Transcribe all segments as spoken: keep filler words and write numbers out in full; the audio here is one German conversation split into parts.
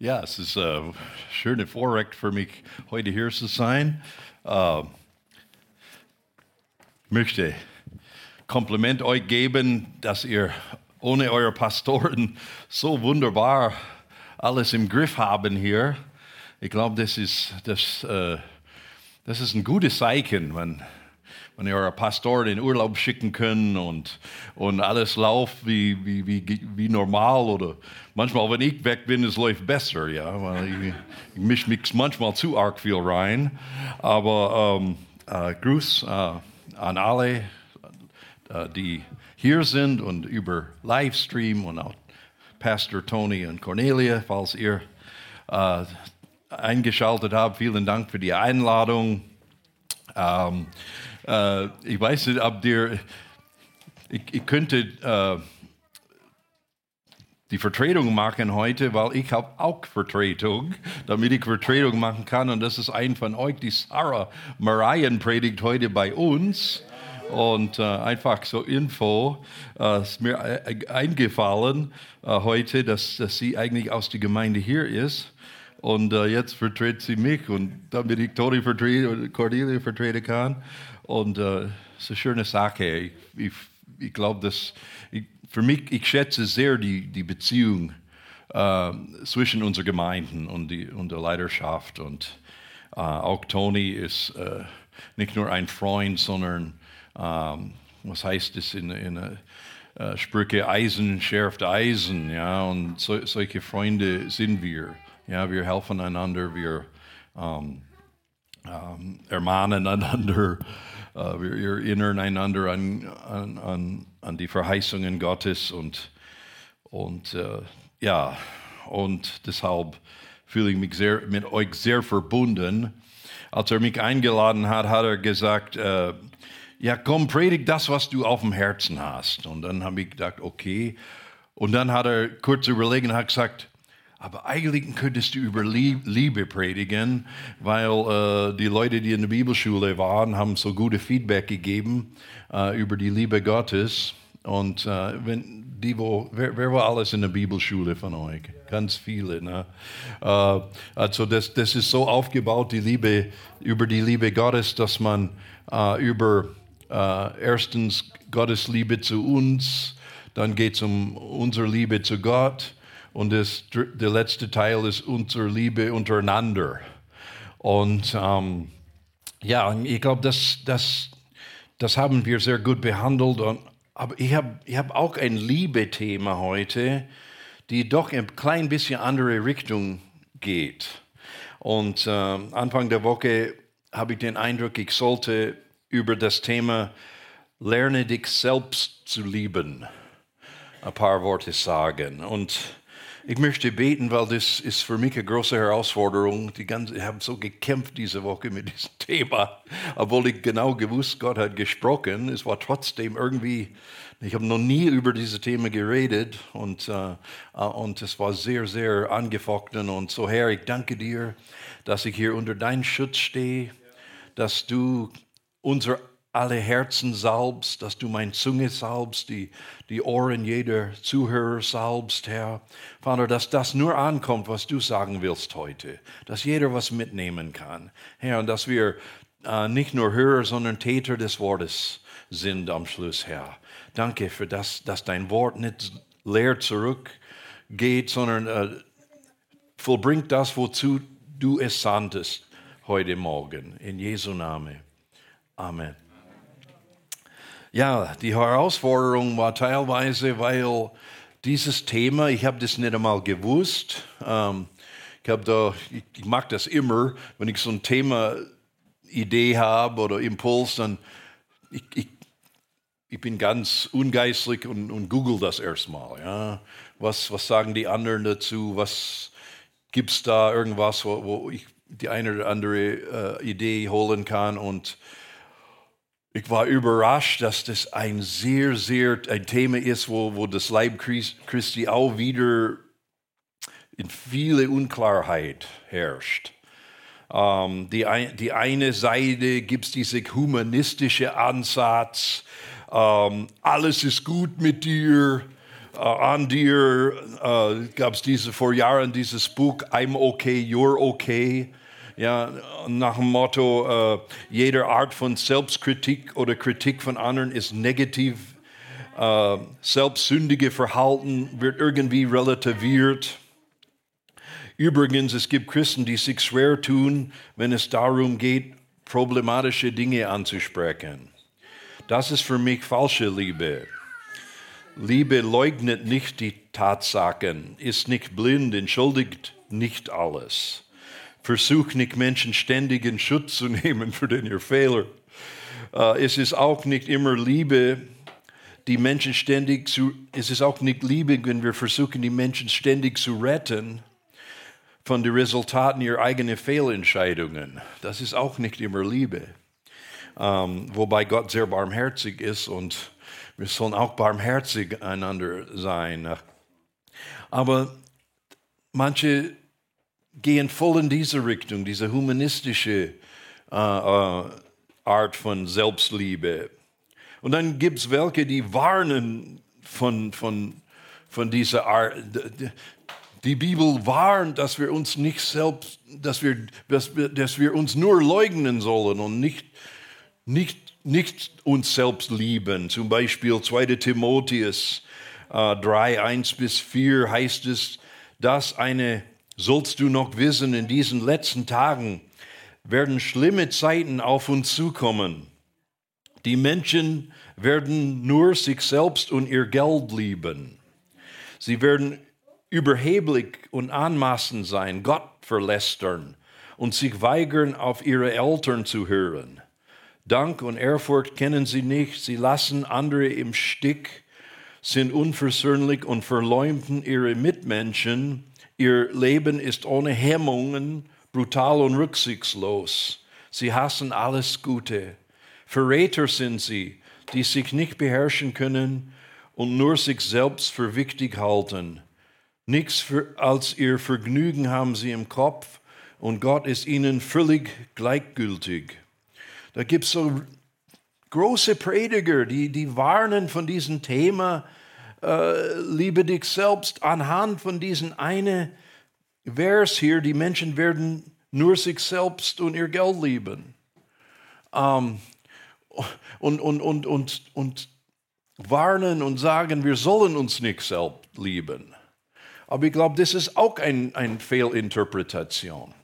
Ja, es ist ein schönes Vorrecht für mich, heute hier zu sein. Äh, ich möchte Kompliment euch geben, dass ihr ohne eure Pastoren so wunderbar alles im Griff haben hier. Ich glaube, das ist, das, äh, das ist ein gutes Zeichen, wenn, wenn ihr eure Pastoren in Urlaub schicken könnt und, und alles läuft wie, wie, wie, wie normal. Oder manchmal, wenn ich weg bin, es läuft besser. Ja? Weil ich, ich mische mich manchmal zu arg viel rein. Aber ähm, äh, Gruß äh, an alle, äh, die hier sind und über Livestream und auch Pastor Tony und Cornelia, falls ihr äh, eingeschaltet habt. Vielen Dank für die Einladung. Ähm, äh, ich weiß nicht, ob dir, ich, ich könnte äh, die Vertretung machen heute, weil ich habe auch Vertretung, damit ich Vertretung machen kann. Und das ist ein von euch, die Sarah Marian predigt heute bei uns. Und äh, einfach so Info, äh, ist mir äh, eingefallen äh, heute, dass, dass sie eigentlich aus der Gemeinde hier ist. Und äh, jetzt vertritt sie mich und damit ich Toni vertrete und Cornelia vertreten kann. Und es äh, ist eine schöne Sache. Ich, ich, ich glaube, dass ich, für mich, ich schätze sehr die, die Beziehung äh, zwischen unseren Gemeinden und, die, und der Leiterschaft. Und äh, auch Toni ist äh, nicht nur ein Freund, sondern ähm, was heißt es in, in äh, Sprüche, Eisen schärft Eisen. Ja? Und so, solche Freunde sind wir. Ja, wir helfen einander, wir ähm, ähm, ermahnen einander, äh, wir erinnern einander an, an, an, an die Verheißungen Gottes und, und äh, ja, und deshalb fühle ich mich sehr, mit euch sehr verbunden. Als er mich eingeladen hat, hat er gesagt, äh, ja komm, predigt das, was du auf dem Herzen hast. Und dann habe ich gedacht, okay. Und dann hat er kurz überlegt und hat gesagt, aber eigentlich könntest du über Liebe predigen, weil äh, die Leute, die in der Bibelschule waren, haben so gute Feedback gegeben äh, über die Liebe Gottes. Und äh, wenn die, wo, wer, wer war alles in der Bibelschule von euch? Ganz viele. Ne? Äh, also das, das ist so aufgebaut, die Liebe, über die Liebe Gottes, dass man äh, über äh, erstens Gottes Liebe zu uns, dann geht es um unsere Liebe zu Gott. Und das, der letzte Teil ist unsere Liebe untereinander. Und ähm, ja, ich glaube, das, das, das haben wir sehr gut behandelt. Und, aber ich habe ich hab auch ein Liebe-Thema heute, die doch ein klein bisschen andere Richtung geht. Und äh, Anfang der Woche habe ich den Eindruck, ich sollte über das Thema Lerne dich selbst zu lieben ein paar Worte sagen. Und ich möchte beten, weil das ist für mich eine große Herausforderung. Die ganze, ich habe so gekämpft diese Woche mit diesem Thema, obwohl ich genau gewusst, Gott hat gesprochen. Es war trotzdem irgendwie, ich habe noch nie über diese Themen geredet und, äh, und es war sehr, sehr angefochten. Und so, Herr, ich danke dir, dass ich hier unter deinem Schutz stehe, dass du unser alle Herzen salbst, dass du meine Zunge salbst, die, die Ohren jeder Zuhörer salbst, Herr. Vater, dass das nur ankommt, was du sagen willst heute, dass jeder was mitnehmen kann. Herr, und dass wir äh, nicht nur Hörer, sondern Täter des Wortes sind am Schluss, Herr. Danke für das, dass dein Wort nicht leer zurückgeht, sondern äh, vollbringt das, wozu du es sandtest heute Morgen. In Jesu Namen. Amen. Ja, die Herausforderung war teilweise, weil dieses Thema, ich habe das nicht einmal gewusst. Ähm, ich, hab da, ich, ich mag das immer, wenn ich so ein Thema, Idee habe oder Impuls, dann ich, ich, ich bin ganz ungeistlich und, und google das erstmal. Ja. Was, was sagen die anderen dazu? Was gibt es da irgendwas, wo, wo ich die eine oder andere äh, Idee holen kann? Und ich war überrascht, dass das ein sehr, sehr ein Thema ist, wo, wo das Leib Christi auch wieder in viele Unklarheit herrscht. Ähm, die, die eine Seite gibt es diesen humanistischen Ansatz, ähm, alles ist gut mit dir, äh, an dir äh, gab es diese vor Jahren dieses Buch I'm okay, you're okay. Ja, nach dem Motto, äh, jede Art von Selbstkritik oder Kritik von anderen ist negativ. Äh, selbstsündige Verhalten wird irgendwie relativiert. Übrigens, es gibt Christen, die sich schwer tun, wenn es darum geht, problematische Dinge anzusprechen. Das ist für mich falsche Liebe. Liebe leugnet nicht die Tatsachen, ist nicht blind, entschuldigt nicht alles. Versucht nicht Menschen ständig in Schutz zu nehmen für den ihr Fehler. Uh, es ist auch nicht immer Liebe, die Menschen ständig zu, es ist auch nicht Liebe, wenn wir versuchen, die Menschen ständig zu retten von den Resultaten ihrer eigenen Fehlentscheidungen. Das ist auch nicht immer Liebe. Um, wobei Gott sehr barmherzig ist und wir sollen auch barmherzig einander sein. Aber manche gehen voll in diese Richtung, diese humanistische uh, uh, Art von Selbstliebe. Und dann gibt es welche, die warnen von, von, von dieser Art. Die Bibel warnt, dass wir uns nicht selbst, dass wir, dass wir, dass wir uns nur leugnen sollen und nicht, nicht, nicht uns selbst lieben. Zum Beispiel zweiter Timotheus äh, drei, eins bis vier heißt es, dass eine, sollst du noch wissen, in diesen letzten Tagen werden schlimme Zeiten auf uns zukommen. Die Menschen werden nur sich selbst und ihr Geld lieben. Sie werden überheblich und anmaßend sein, Gott verlästern und sich weigern, auf ihre Eltern zu hören. Dank und Ehrfurcht kennen sie nicht, sie lassen andere im Stich, sind unversöhnlich und verleumden ihre Mitmenschen. Ihr Leben ist ohne Hemmungen, brutal und rücksichtslos. Sie hassen alles Gute. Verräter sind sie, die sich nicht beherrschen können und nur sich selbst für wichtig halten. Nichts für, als ihr Vergnügen haben sie im Kopf und Gott ist ihnen völlig gleichgültig. Da gibt es so große Prediger, die, die warnen von diesem Thema, äh, liebe dich selbst, anhand von diesem einen Vers hier, die Menschen werden nur sich selbst und ihr Geld lieben. Ähm, und, und, und, und, und warnen und sagen, wir sollen uns nicht selbst lieben. Aber ich glaube, das ist auch eine ein Fehlinterpretation.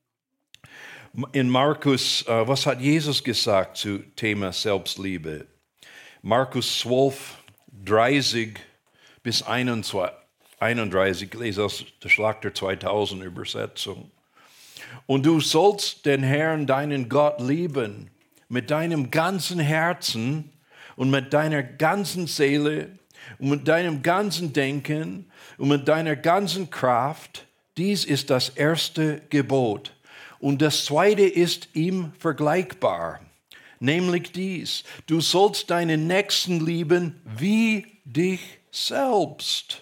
In Markus, uh, was hat Jesus gesagt zu Thema Selbstliebe? Markus zwölf, dreißig bis einunddreißig, ich lese aus der Schlachter zweitausend Übersetzung. Und du sollst den Herrn, deinen Gott, lieben mit deinem ganzen Herzen und mit deiner ganzen Seele und mit deinem ganzen Denken und mit deiner ganzen Kraft. Dies ist das erste Gebot. Und das zweite ist ihm vergleichbar, nämlich dies: Du sollst deinen Nächsten lieben wie dich selbst.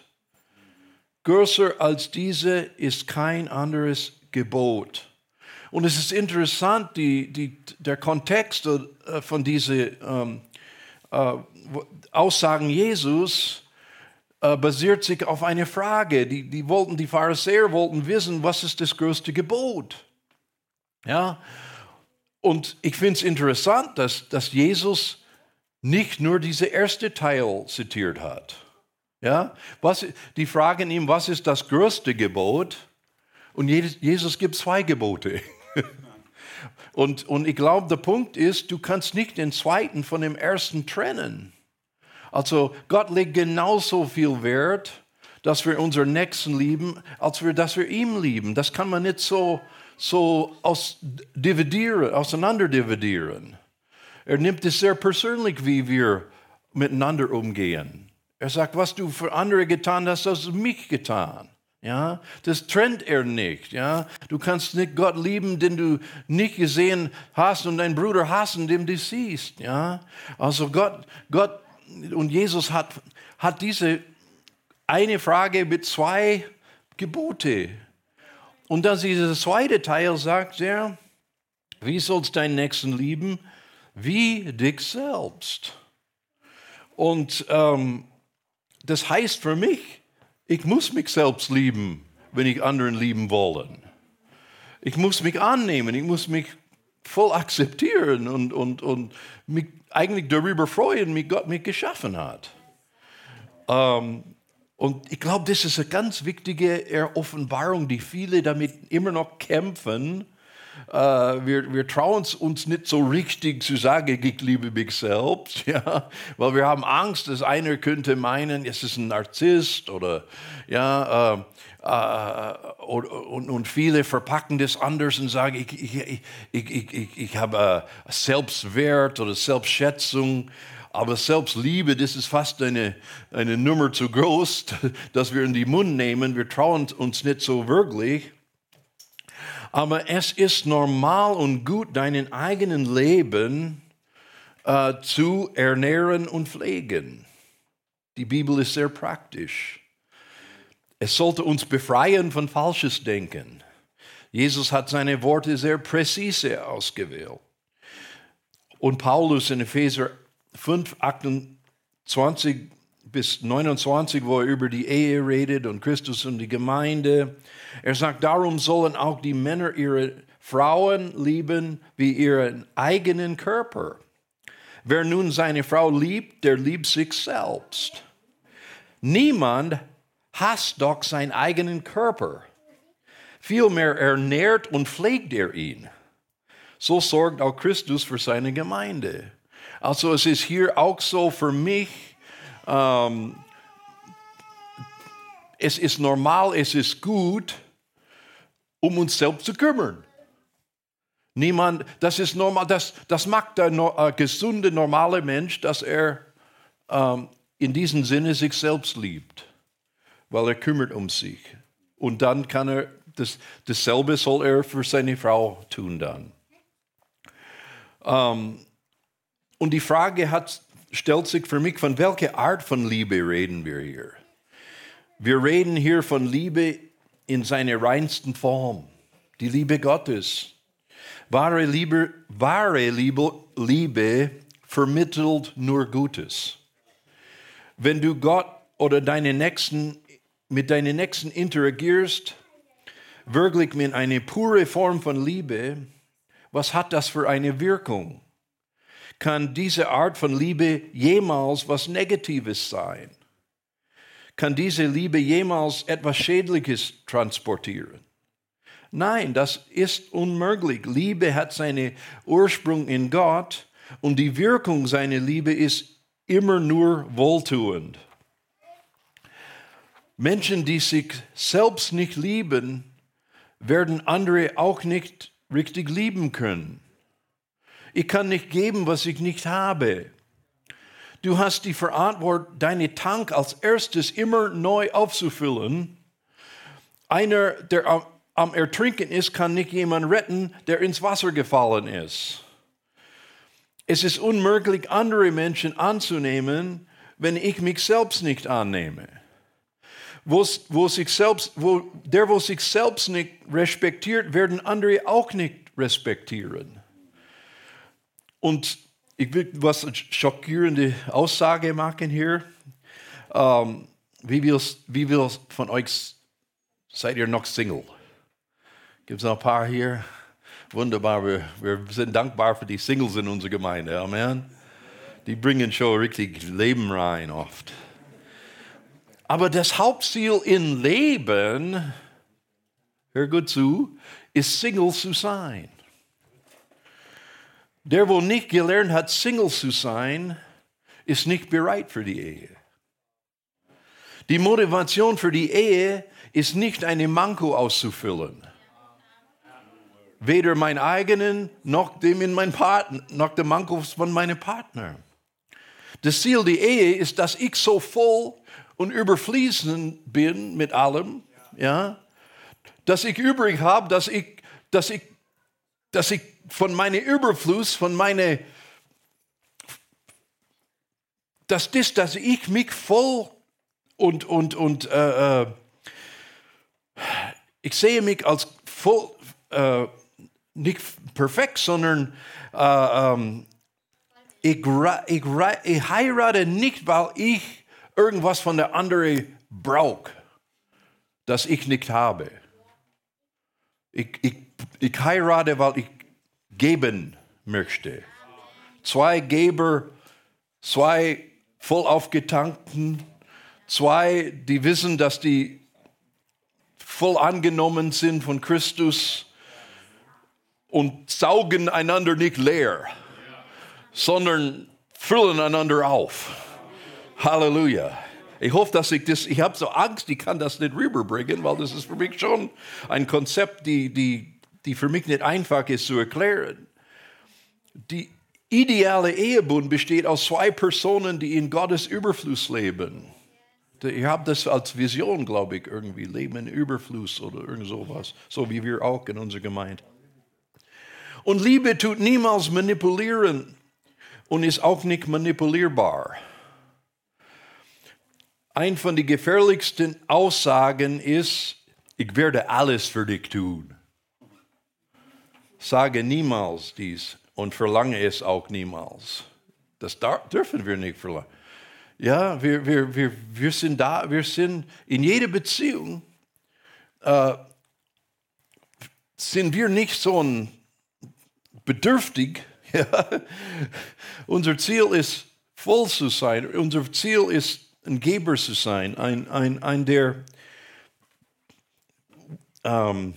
Größer als diese ist kein anderes Gebot. Und es ist interessant, die, die, der Kontext von diesen ähm, äh, Aussagen Jesus äh, basiert sich auf eine Frage. Die, die, wollten, die Pharisäer wollten wissen, was ist das größte Gebot? Ja? Und ich finde es interessant, dass, dass Jesus nicht nur diese erste Teil zitiert hat. Ja? Was, die fragen ihm, was ist das größte Gebot? Und Jesus gibt zwei Gebote. und, und ich glaube, der Punkt ist, du kannst nicht den zweiten von dem ersten trennen. Also Gott legt genauso viel Wert, dass wir unseren Nächsten lieben, als wir, dass wir ihn lieben. Das kann man nicht so, so aus, dividieren, auseinander dividieren. Er nimmt es sehr persönlich, wie wir miteinander umgehen. Er sagt, was du für andere getan hast, hast du mich getan. Ja, das trennt er nicht. Ja, du kannst nicht Gott lieben, den du nicht gesehen hast, und deinen Bruder hassen, den du siehst. Ja, also Gott, Gott und Jesus hat, hat diese eine Frage mit zwei Gebote. Und dann dieser zweite Teil sagt er, wie sollst du deinen Nächsten lieben? Wie dich selbst. Und ähm, das heißt für mich, ich muss mich selbst lieben, wenn ich anderen lieben wollen. Ich muss mich annehmen, ich muss mich voll akzeptieren und, und, und mich eigentlich darüber freuen, wie Gott mich geschaffen hat. Ähm, und ich glaube, das ist eine ganz wichtige Offenbarung, die viele damit immer noch kämpfen. Äh, wir, wir trauen es uns nicht so richtig zu sagen, ich liebe mich selbst, ja, weil wir haben Angst, dass einer könnte meinen, es ist ein Narzisst oder ja, äh, äh, und, und, und viele verpacken das anders und sagen, ich, ich, ich, ich, ich, ich, ich habe äh, Selbstwert oder Selbstschätzung. Aber Selbstliebe, das ist fast eine, eine Nummer zu groß, dass wir in den Mund nehmen. Wir trauen uns nicht so wirklich. Aber es ist normal und gut, deinen eigenen Leben äh, zu ernähren und pflegen. Die Bibel ist sehr praktisch. Es sollte uns befreien von falsches Denken. Jesus hat seine Worte sehr präzise ausgewählt. Und Paulus in Epheser fünf, achtundzwanzig bis neunundzwanzig, wo er über die Ehe redet und Christus und die Gemeinde. Er sagt, darum sollen auch die Männer ihre Frauen lieben wie ihren eigenen Körper. Wer nun seine Frau liebt, der liebt sich selbst. Niemand hasst doch seinen eigenen Körper. Vielmehr ernährt und pflegt er ihn. So sorgt auch Christus für seine Gemeinde. Also es ist hier auch so für mich, ähm, es ist normal, es ist gut, um uns selbst zu kümmern. Niemand, das ist normal, das, das macht der no, äh, gesunde, normale Mensch, dass er ähm, in diesem Sinne sich selbst liebt, weil er kümmert um sich. Und dann kann er, das, dasselbe soll er für seine Frau tun dann. Ähm, Und die Frage hat, stellt sich für mich, von welcher Art von Liebe reden wir hier? Wir reden hier von Liebe in seiner reinsten Form, die Liebe Gottes. Wahre Liebe, wahre Liebe, Liebe vermittelt nur Gutes. Wenn du Gott oder deine Nächsten, mit deinen Nächsten interagierst, wirklich mit einer pure Form von Liebe, was hat das für eine Wirkung? Kann diese Art von Liebe jemals was Negatives sein? Kann diese Liebe jemals etwas Schädliches transportieren? Nein, das ist unmöglich. Liebe hat seinen Ursprung in Gott und die Wirkung seiner Liebe ist immer nur wohltuend. Menschen, die sich selbst nicht lieben, werden andere auch nicht richtig lieben können. Ich kann nicht geben, was ich nicht habe. Du hast die Verantwortung, deinen Tank als erstes immer neu aufzufüllen. Einer, der am, am Ertrinken ist, kann nicht jemanden retten, der ins Wasser gefallen ist. Es ist unmöglich, andere Menschen anzunehmen, wenn ich mich selbst nicht annehme. Wo, wo sich selbst, wo, der, wo sich selbst nicht respektiert, werden andere auch nicht respektieren. Und ich will was eine schockierende Aussage machen hier. Ähm, wie viel wie viel von euch seid ihr noch Single? Gibt es noch ein paar hier? Wunderbar, wir, wir sind dankbar für die Singles in unserer Gemeinde. Amen. Die bringen schon richtig Leben rein oft. Aber das Hauptziel im Leben, hör gut zu, ist Single zu sein. Der, wo nicht gelernt hat, Single zu sein, ist nicht bereit für die Ehe. Die Motivation für die Ehe ist nicht, eine Manko auszufüllen. Weder mein eigenen, noch dem in mein Partner, noch der Manko von meinem Partner. Das Ziel der Ehe ist, dass ich so voll und überfließend bin mit allem, ja, dass ich übrig habe, dass ich, dass ich, dass ich von meinem Überfluss, von meiner, dass das, dass ich mich voll und und und äh, ich sehe mich als voll, äh, nicht perfekt, sondern äh, ähm, ich, ich, ich heirate nicht, weil ich irgendwas von der andere braucht, das ich nicht habe. Ich, ich, ich heirate, weil ich geben möchte. Zwei Geber, zwei voll aufgetankten, zwei, die wissen, dass die voll angenommen sind von Christus und saugen einander nicht leer, sondern füllen einander auf. Halleluja. Ich hoffe, dass ich das, ich habe so Angst, ich kann das nicht rüberbringen, weil das ist für mich schon ein Konzept, die, die, die für mich nicht einfach ist zu erklären. Die ideale Ehebund besteht aus zwei Personen, die in Gottes Überfluss leben. Ich habe das als Vision, glaube ich, irgendwie, Leben in Überfluss oder irgend sowas, so wie wir auch in unserer Gemeinde. Und Liebe tut niemals manipulieren und ist auch nicht manipulierbar. Ein von den gefährlichsten Aussagen ist, ich werde alles für dich tun. Sage niemals dies und verlange es auch niemals. Das dürfen wir nicht verlangen. Ja, wir, wir, wir, wir sind da, wir sind in jeder Beziehung, äh, sind wir nicht so ein bedürftig. Ja. Unser Ziel ist, voll zu sein. Unser Ziel ist, ein Geber zu sein, ein, ein, ein der ähm,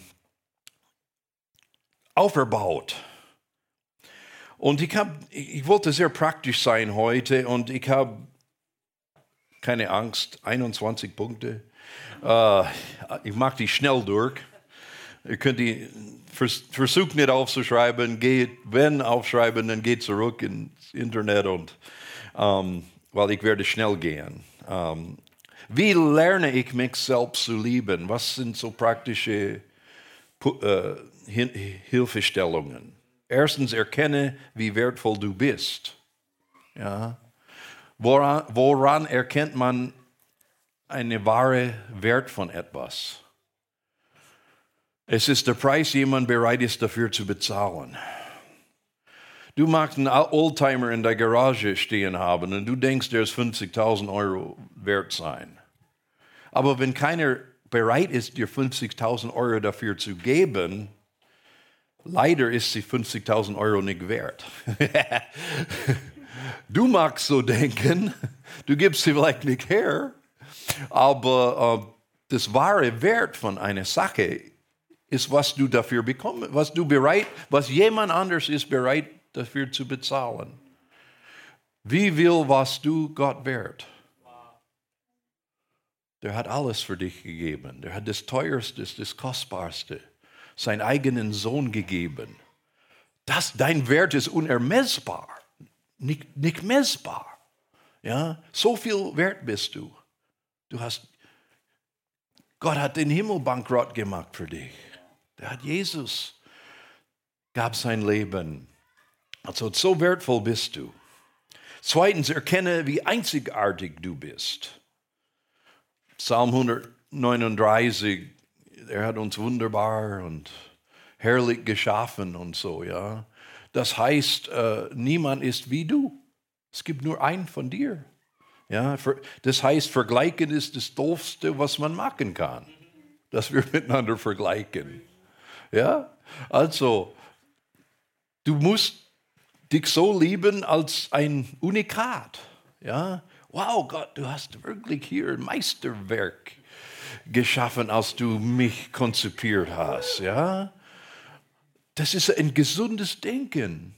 auferbaut. Und ich, hab, ich wollte sehr praktisch sein heute und ich habe keine Angst, einundzwanzig Punkte. Äh, ich mache die schnell durch. Ihr könnt die vers, versucht nicht aufzuschreiben, geht, wenn aufschreiben, dann geht zurück ins Internet und ähm, weil ich werde schnell gehen. Ähm, wie lerne ich mich selbst zu lieben? Was sind so praktische äh, Hilfestellungen? Erstens, erkenne, wie wertvoll du bist. Ja. Woran, woran erkennt man einen wahren Wert von etwas? Es ist der Preis, jemand bereit ist, dafür zu bezahlen. Du magst einen Oldtimer in der Garage stehen haben und du denkst, der ist fünfzigtausend Euro wert sein. Aber wenn keiner bereit ist, dir fünfzigtausend Euro dafür zu geben, leider ist sie fünfzigtausend Euro nicht wert. Du magst so denken, du gibst sie vielleicht nicht her, aber äh, das wahre Wert von einer Sache ist, was du dafür bekommst, was du bereit, was jemand anders ist bereit dafür zu bezahlen. Wie viel warst du Gott wert? Der hat alles für dich gegeben. Der hat das Teuerste, das Kostbarste, seinen eigenen Sohn gegeben. Das, dein Wert ist unermessbar, nicht, nicht messbar. Ja? So viel wert bist du. Du hast, Gott hat den Himmel bankrott gemacht für dich. Der hat Jesus, gab sein Leben. Also so wertvoll bist du. Zweitens, erkenne, wie einzigartig du bist. Psalm hundertneununddreißig, er hat uns wunderbar und herrlich geschaffen und so, ja. Das heißt, äh, niemand ist wie du. Es gibt nur einen von dir. Ja, für, das heißt, vergleichen ist das Doofste, was man machen kann. Dass wir miteinander vergleichen. Ja, also, du musst dich so lieben als ein Unikat. Ja, wow, Gott, du hast wirklich hier ein Meisterwerk geschaffen, als du mich konzipiert hast. Ja, das ist ein gesundes Denken.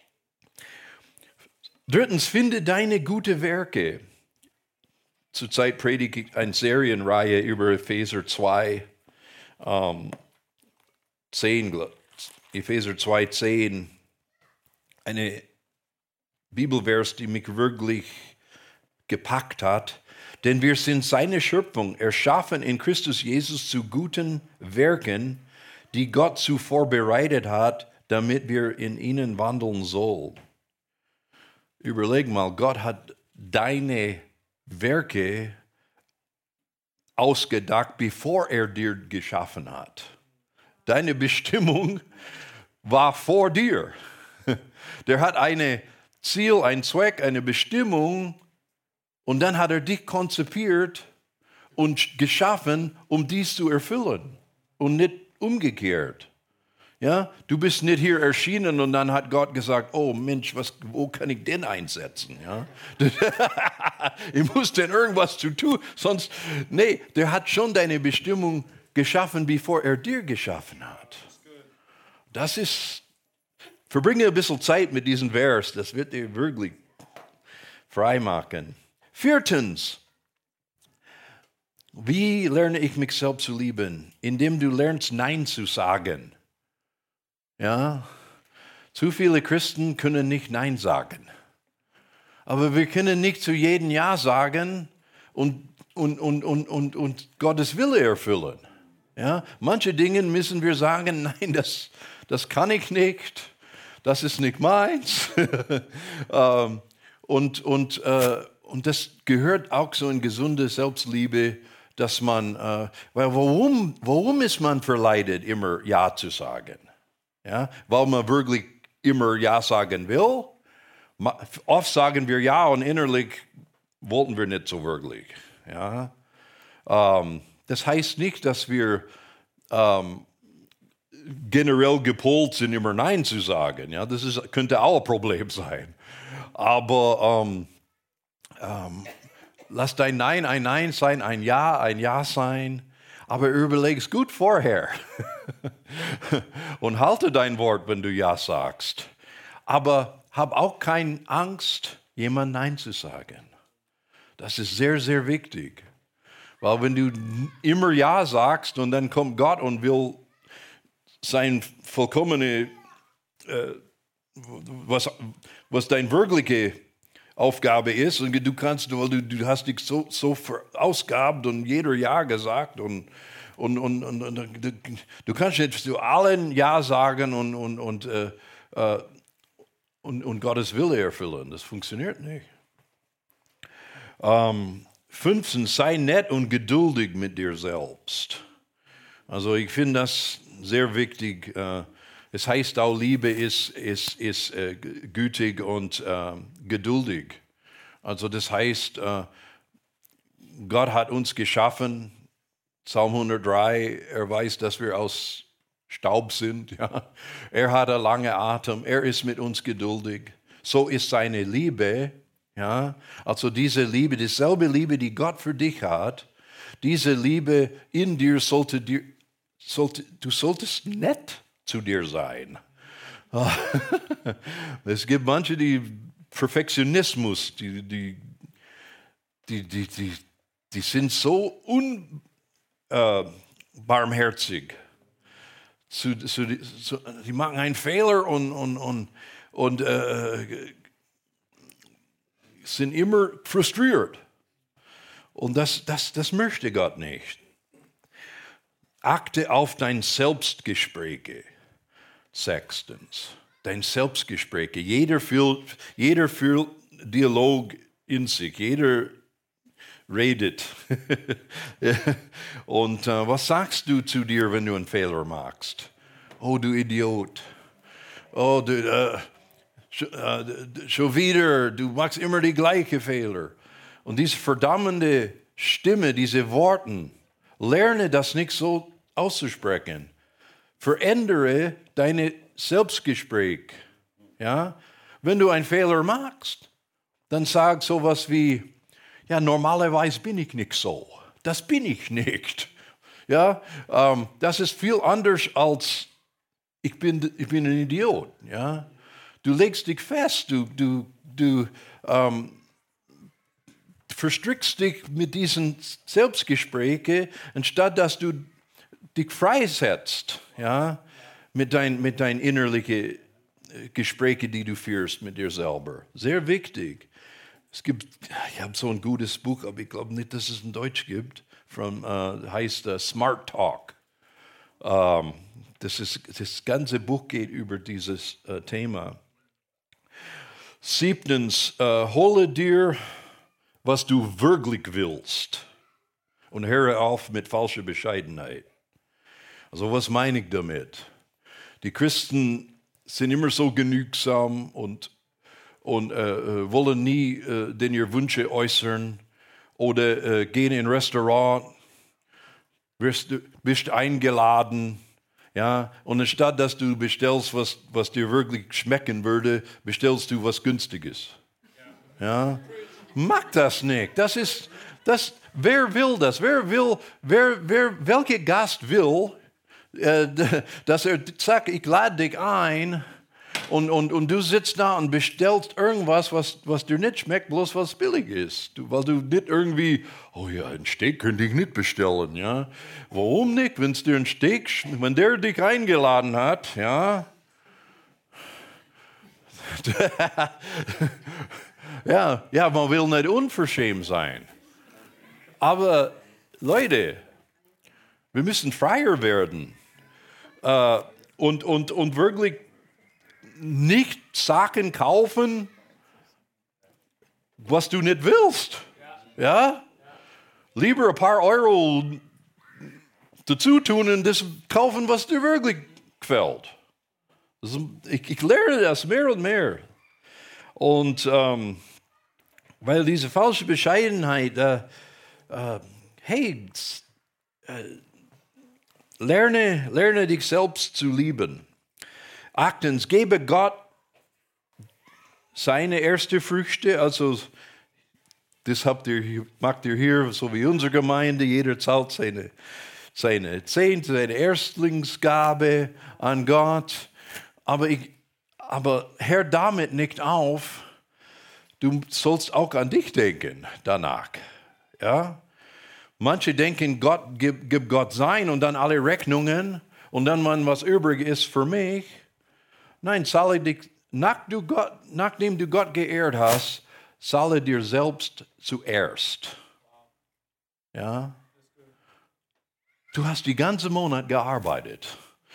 Drittens, finde deine guten Werke. Zurzeit predige ich eine Serienreihe über Epheser zwei, ähm, zehn, Epheser zwei, zehn. Eine Bibelvers, die mich wirklich gepackt hat. Denn wir sind seine Schöpfung, erschaffen in Christus Jesus zu guten Werken, die Gott zuvor bereitet hat, damit wir in ihnen wandeln sollen. Überleg mal, Gott hat deine Werke ausgedacht, bevor er dir geschaffen hat. Deine Bestimmung war vor dir. Der hat ein Ziel, einen Zweck, eine Bestimmung Und dann hat er dich konzipiert und geschaffen, um dies zu erfüllen und nicht umgekehrt. Ja, du bist nicht hier erschienen und dann hat Gott gesagt, oh Mensch, was, wo kann ich den einsetzen? Ja? Ich muss denn irgendwas zu tun, sonst, nee, der hat schon deine Bestimmung geschaffen, bevor er dir geschaffen hat. Das ist, verbringe ein bisschen Zeit mit diesem Vers, das wird dir wirklich frei machen. Viertens, wie lerne ich mich selbst zu lieben? Indem du lernst, Nein zu sagen. Ja, zu viele Christen können nicht Nein sagen. Aber wir können nicht zu jedem Ja sagen und, und, und, und, und, und Gottes Wille erfüllen. Ja, manche Dinge müssen wir sagen, nein, das, das kann ich nicht, das ist nicht meins. ähm, und, und, äh, und das gehört auch so in gesunde Selbstliebe, dass man, äh, weil warum, warum ist man verleitet, immer Ja zu sagen? Ja, weil man wirklich immer Ja sagen will. Oft sagen wir Ja und innerlich wollten wir nicht so wirklich. Ja? Ähm, das heißt nicht, dass wir ähm, generell gepolt sind, immer Nein zu sagen. Ja? Das ist, könnte auch ein Problem sein. Aber ähm, ähm, lass dein Nein ein Nein sein, ein Ja ein Ja sein. Aber überleg es gut vorher und halte dein Wort, wenn du Ja sagst. Aber hab auch keine Angst, jemand Nein zu sagen. Das ist sehr, sehr wichtig. Weil wenn du immer Ja sagst und dann kommt Gott und will sein vollkommene, äh, was, was deine wirkliche Aufgabe ist und du kannst, weil du, du hast dich so, so verausgabt und jeder Ja gesagt und, und, und, und, und du, du kannst nicht zu allen Ja sagen und, und, und, äh, und, und Gottes Wille erfüllen. Das funktioniert nicht. Ähm, fünftens, sei nett und geduldig mit dir selbst. Also ich finde das sehr wichtig. Äh, Es heißt auch, Liebe ist, ist, ist äh, gütig und äh, geduldig. Also das heißt, äh, Gott hat uns geschaffen, Psalm hundertdrei, er weiß, dass wir aus Staub sind. Ja. Er hat einen langen Atem, er ist mit uns geduldig. So ist seine Liebe. Ja. Also diese Liebe, dieselbe Liebe, die Gott für dich hat, diese Liebe in dir sollte dir, sollte, du solltest nett zu dir sein. Es gibt manche, die Perfektionismus, die, die, die, die, die, die sind so unbarmherzig. Zu, zu, zu, die machen einen Fehler und, und, und, und äh, sind immer frustriert. Und das, das, das möchte Gott nicht. Achte auf dein Selbstgespräche. Sechstens, dein Selbstgespräche. Jeder fühlt, jeder fühlt Dialog in sich. Jeder redet. Und äh, was sagst du zu dir, wenn du einen Fehler machst? Oh, du Idiot. Oh, du, äh, schon, äh, schon wieder, du machst immer die gleichen Fehler. Und diese verdammende Stimme, diese Worte, lerne das nicht so auszusprechen. Verändere dein Selbstgespräch. Ja? Wenn du einen Fehler machst, dann sag sowas wie, ja, normalerweise bin ich nicht so. Das bin ich nicht. Ja? Ähm, das ist viel anders als, ich bin, ich bin ein Idiot. Ja? Du legst dich fest, du, du, du ähm, verstrickst dich mit diesen Selbstgesprächen, anstatt dass du dich freisetzt, ja, mit deinen mit dein innerlichen Gesprächen, die du führst mit dir selber. Sehr wichtig. Es gibt, ich habe so ein gutes Buch, aber ich glaube nicht, dass es in Deutsch gibt, from, uh, heißt uh, Smart Talk. Um, das, ist, das ganze Buch geht über dieses uh, Thema. Siebtens, uh, hole dir, was du wirklich willst und höre auf mit falscher Bescheidenheit. Also was meine ich damit? Die Christen sind immer so genügsam und, und äh, wollen nie äh, den ihre Wünsche äußern oder äh, gehen in ein Restaurant, wirst, bist eingeladen, ja, und anstatt dass du bestellst, was, was dir wirklich schmecken würde, bestellst du was Günstiges. Ja, mag das nicht. Das ist, das, wer will das? Wer will, wer, wer, welcher Gast will, äh, dass er sagt, ich lade dich ein und, und, und du sitzt da und bestellst irgendwas, was, was dir nicht schmeckt, bloß was billig ist. Du, weil du nicht irgendwie, oh ja, ein Steak könnte ich nicht bestellen, ja. Warum nicht? Wenn es dir ein Steak, wenn der dich eingeladen hat, ja. ja, ja, man will nicht unverschämt sein. Aber Leute, wir müssen freier werden äh, und, und, und wirklich nicht Sachen kaufen, was du nicht willst. Ja? Lieber ein paar Euro dazu tun und das kaufen, was dir wirklich gefällt. Das ist, ich, ich lerne das mehr und mehr. Und ähm, weil diese falsche Bescheidenheit, äh, äh, hey, äh, lerne, lerne dich selbst zu lieben. Achtens, gebe Gott seine erste Früchte, also das habt ihr, macht ihr hier, so wie unsere Gemeinde, jeder zahlt seine, seine Zehnte, seine Erstlingsgabe an Gott. Aber, ich, aber hör damit nicht auf, du sollst auch an dich denken danach. Ja? Manche denken, Gott gibt, gibt Gott sein und dann alle Rechnungen und dann, man, was übrig ist für mich. Nein, zahle dich, nach du Gott, nachdem du Gott geehrt hast, zahle dir selbst zuerst. Ja? Du hast die ganze Monat gearbeitet.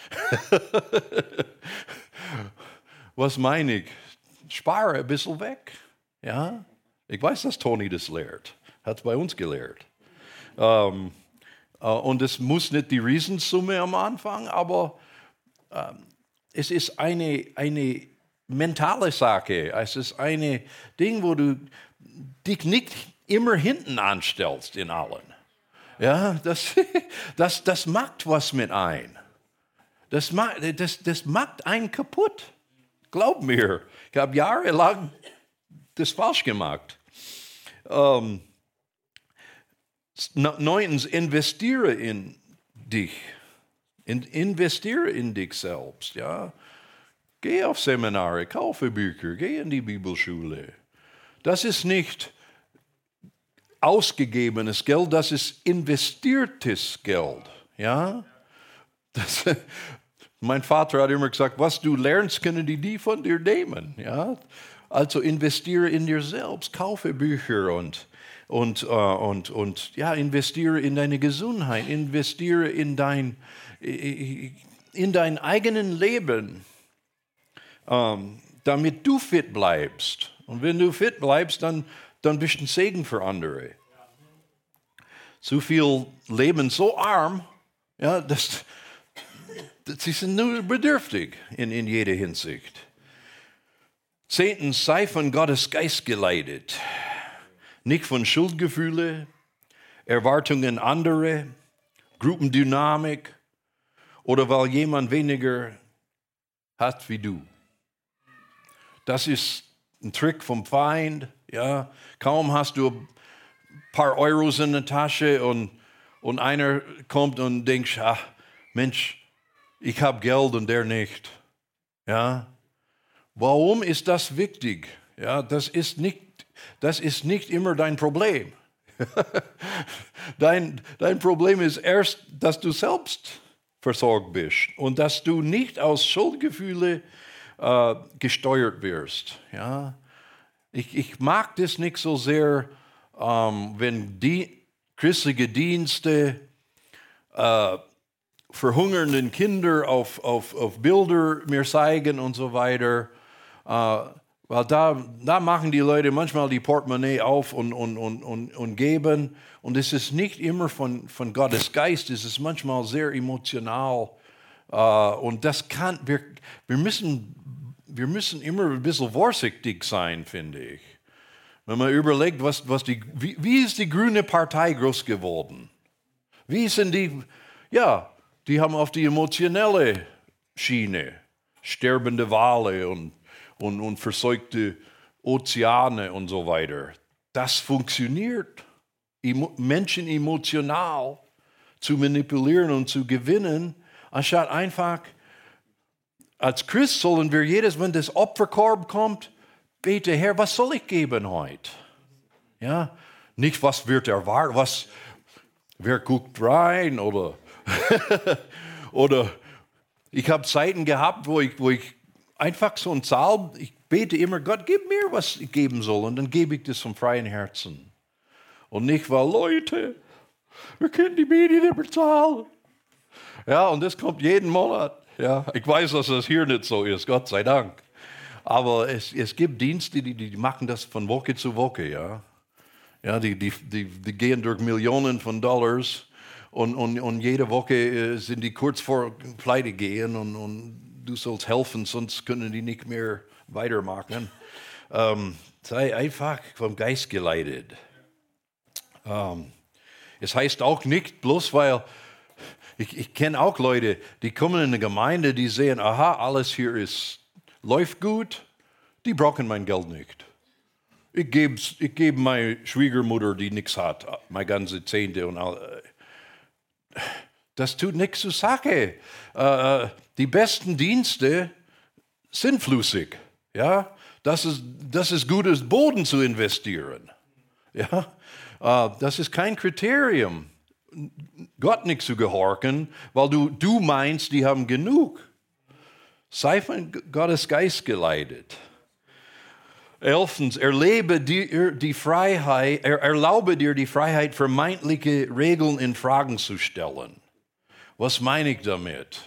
Was meine ich? Spare ein bisschen weg. Ja? Ich weiß, dass Toni das lehrt. Hat es bei uns gelehrt. Ähm, äh, und es muss nicht die Riesensumme am Anfang, aber ähm, es ist eine, eine mentale Sache. Es ist ein Ding, wo du dich nicht immer hinten anstellst in allen. Ja, das, das, das macht was mit ein. Das macht, das, das macht einen kaputt. Glaub mir, ich habe jahrelang das falsch gemacht. Ähm, neuntens, investiere in dich. In, investiere in dich selbst. Ja? Geh auf Seminare, kaufe Bücher, geh in die Bibelschule. Das ist nicht ausgegebenes Geld, das ist investiertes Geld. Ja? Das, mein Vater hat immer gesagt, was du lernst, können die die von dir nehmen. Ja? Also investiere in dir selbst, kaufe Bücher und, und, uh, und, und ja, investiere in deine Gesundheit, investiere in dein, in dein eigenen Leben, um, damit du fit bleibst. Und wenn du fit bleibst, dann, dann bist du ein Segen für andere. Zu viel Leben so arm, ja, das, sie sind nur bedürftig in, in jeder Hinsicht. Zehntens, sei von Gottes Geist geleitet. Nicht von Schuldgefühle, Erwartungen anderer, Gruppendynamik oder weil jemand weniger hat wie du. Das ist ein Trick vom Feind. Ja. Kaum hast du ein paar Euros in der Tasche und, und einer kommt und denkt, ach, Mensch, ich habe Geld und der nicht. Ja. Warum ist das wichtig? Ja, das ist nicht, das ist nicht immer dein Problem. dein, dein Problem ist erst, dass du selbst versorgt bist und dass du nicht aus Schuldgefühle äh, gesteuert wirst. Ja? Ich, ich mag das nicht so sehr, ähm, wenn die christliche Dienste äh, verhungernden Kinder auf, auf, auf Bilder mir zeigen und so weiter. Uh, weil da, da machen die Leute manchmal die Portemonnaie auf und, und, und, und, und geben. Und es ist nicht immer von, von Gottes Geist, es ist manchmal sehr emotional. Uh, und das kann, wir, wir müssen wir müssen immer ein bisschen vorsichtig sein, finde ich. Wenn man überlegt, was, was die, wie, wie ist die Grüne Partei groß geworden? Wie sind die, ja, die haben auf die emotionelle Schiene sterbende Wale und, und, und verseuchte Ozeane und so weiter. Das funktioniert, Emo- Menschen emotional zu manipulieren und zu gewinnen, anstatt einfach, als Christ sollen wir jedes, wenn das Opferkorb kommt, bete, Herr, was soll ich geben heute? Ja, nicht, was wird erwartet, was, wer guckt rein oder, oder ich habe Zeiten gehabt, wo ich, wo ich einfach so ein Zahl, ich bete immer, Gott, gib mir, was ich geben soll und dann gebe ich das vom freien Herzen. Und nicht, weil Leute, wir können die Miete nicht bezahlen. Ja, und das kommt jeden Monat. Ja, ich weiß, dass das hier nicht so ist, Gott sei Dank. Aber es, es gibt Dienste, die, die machen das von Woche zu Woche. Ja, ja die, die, die, die gehen durch Millionen von Dollars und, und, und jede Woche sind die kurz vor Pleite gehen und, und du sollst helfen, sonst können die nicht mehr weitermachen. Ähm, sei einfach vom Geist geleitet. Ähm, es heißt auch nicht, bloß weil Ich, ich kenne auch Leute, die kommen in eine Gemeinde, die sehen, aha, alles hier ist, läuft gut, die brauchen mein Geld nicht. Ich gebe ich geb meine Schwiegermutter, die nichts hat, meine ganze Zehnte und all. Das tut nichts zur Sache. Äh, die besten Dienste sind flüssig. Ja? Das ist, das ist gut, das Boden zu investieren. Ja? Äh, das ist kein Kriterium, Gott nicht zu gehorchen, weil du, du meinst, die haben genug. Sei von Gottes Geist geleitet. Elftens, erlebe dir die Freiheit, er, erlaube dir die Freiheit, vermeintliche Regeln in Fragen zu stellen. Was meine ich damit?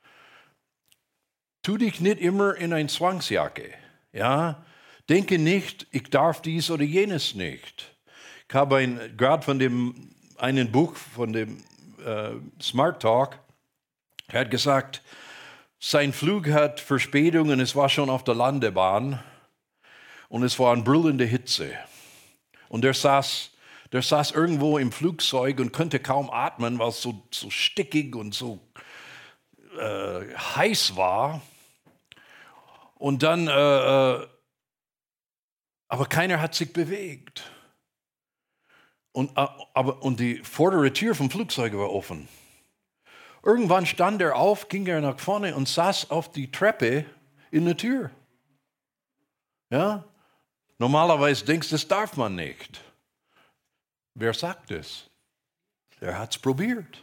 Tu dich nicht immer in eine Zwangsjacke. Ja? Denke nicht, ich darf dies oder jenes nicht. Ich habe gerade von dem einen Buch von dem äh, Smart Talk, er hat gesagt, sein Flug hat Verspätungen, es war schon auf der Landebahn und es war eine brüllende Hitze. Und der saß, der saß irgendwo im Flugzeug und konnte kaum atmen, weil es so, so stickig und so äh, heiß war. Und dann, äh, äh, aber keiner hat sich bewegt. Und, aber, und die vordere Tür vom Flugzeug war offen. Irgendwann stand er auf, ging er nach vorne und saß auf die Treppe in der Tür. Ja? Normalerweise denkst du, das darf man nicht. Wer sagt es? Er hat es probiert.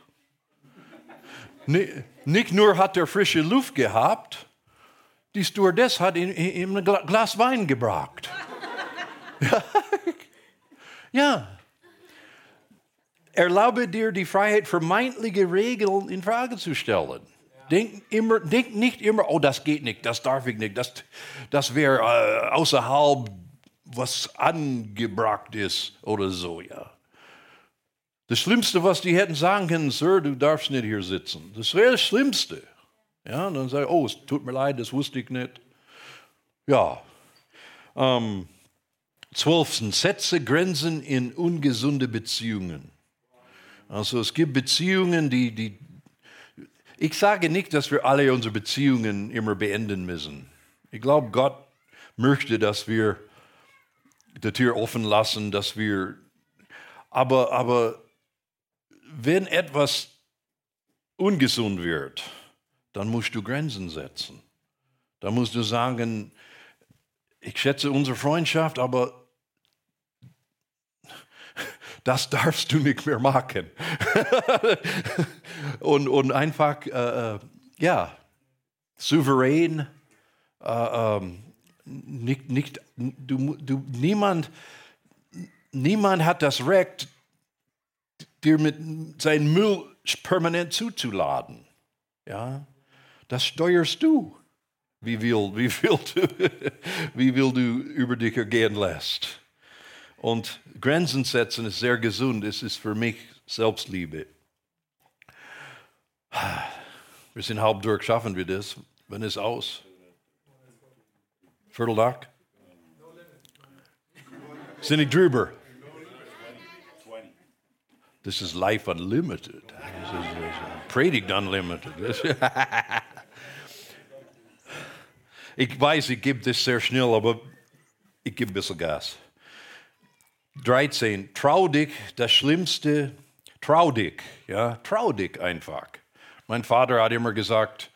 Nicht nur hat er frische Luft gehabt, die Stewardess hat ihm, ihm ein Glas Wein gebracht. Ja. Ja. Erlaube dir die Freiheit, vermeintliche Regeln in Frage zu stellen. Denk, immer, denk nicht immer, oh, das geht nicht, das darf ich nicht, das, das wäre äh, außerhalb, was angebracht ist oder so, ja. Das Schlimmste, was die hätten sagen können, Sir, du darfst nicht hier sitzen. Das wäre das Schlimmste. Ja, und dann sage ich, oh, es tut mir leid, das wusste ich nicht. Ja. Ähm, Zwölftens, setze Grenzen in ungesunde Beziehungen. Also es gibt Beziehungen, die, die, ich sage nicht, dass wir alle unsere Beziehungen immer beenden müssen. Ich glaube, Gott möchte, dass wir die Tür offen lassen, dass wir, aber, aber wenn etwas ungesund wird, dann musst du Grenzen setzen. Dann musst du sagen, ich schätze unsere Freundschaft, aber das darfst du nicht mehr machen. und, und einfach, äh, ja, souverän, äh, ähm, nicht, nicht, du, du, niemand, niemand hat das Recht, dir mit seinem Müll permanent zuzuladen. Ja? Das steuerst du, wie viel, wie viel du, wie viel du über dich ergehen lässt. Und Grenzen setzen ist sehr gesund. Es ist für mich Selbstliebe. Wir sind halb durch, schaffen wir das? Wenn es aus? Viertel nach? Sind ich drüber? This is Life Unlimited. This is, this is Predigt Unlimited. Ich weiß, ich gebe das sehr schnell, aber ich gebe ein bisschen Gas. dreizehn. Trau dich, das Schlimmste, trau dich, ja, trau dich einfach. Mein Vater hat immer gesagt,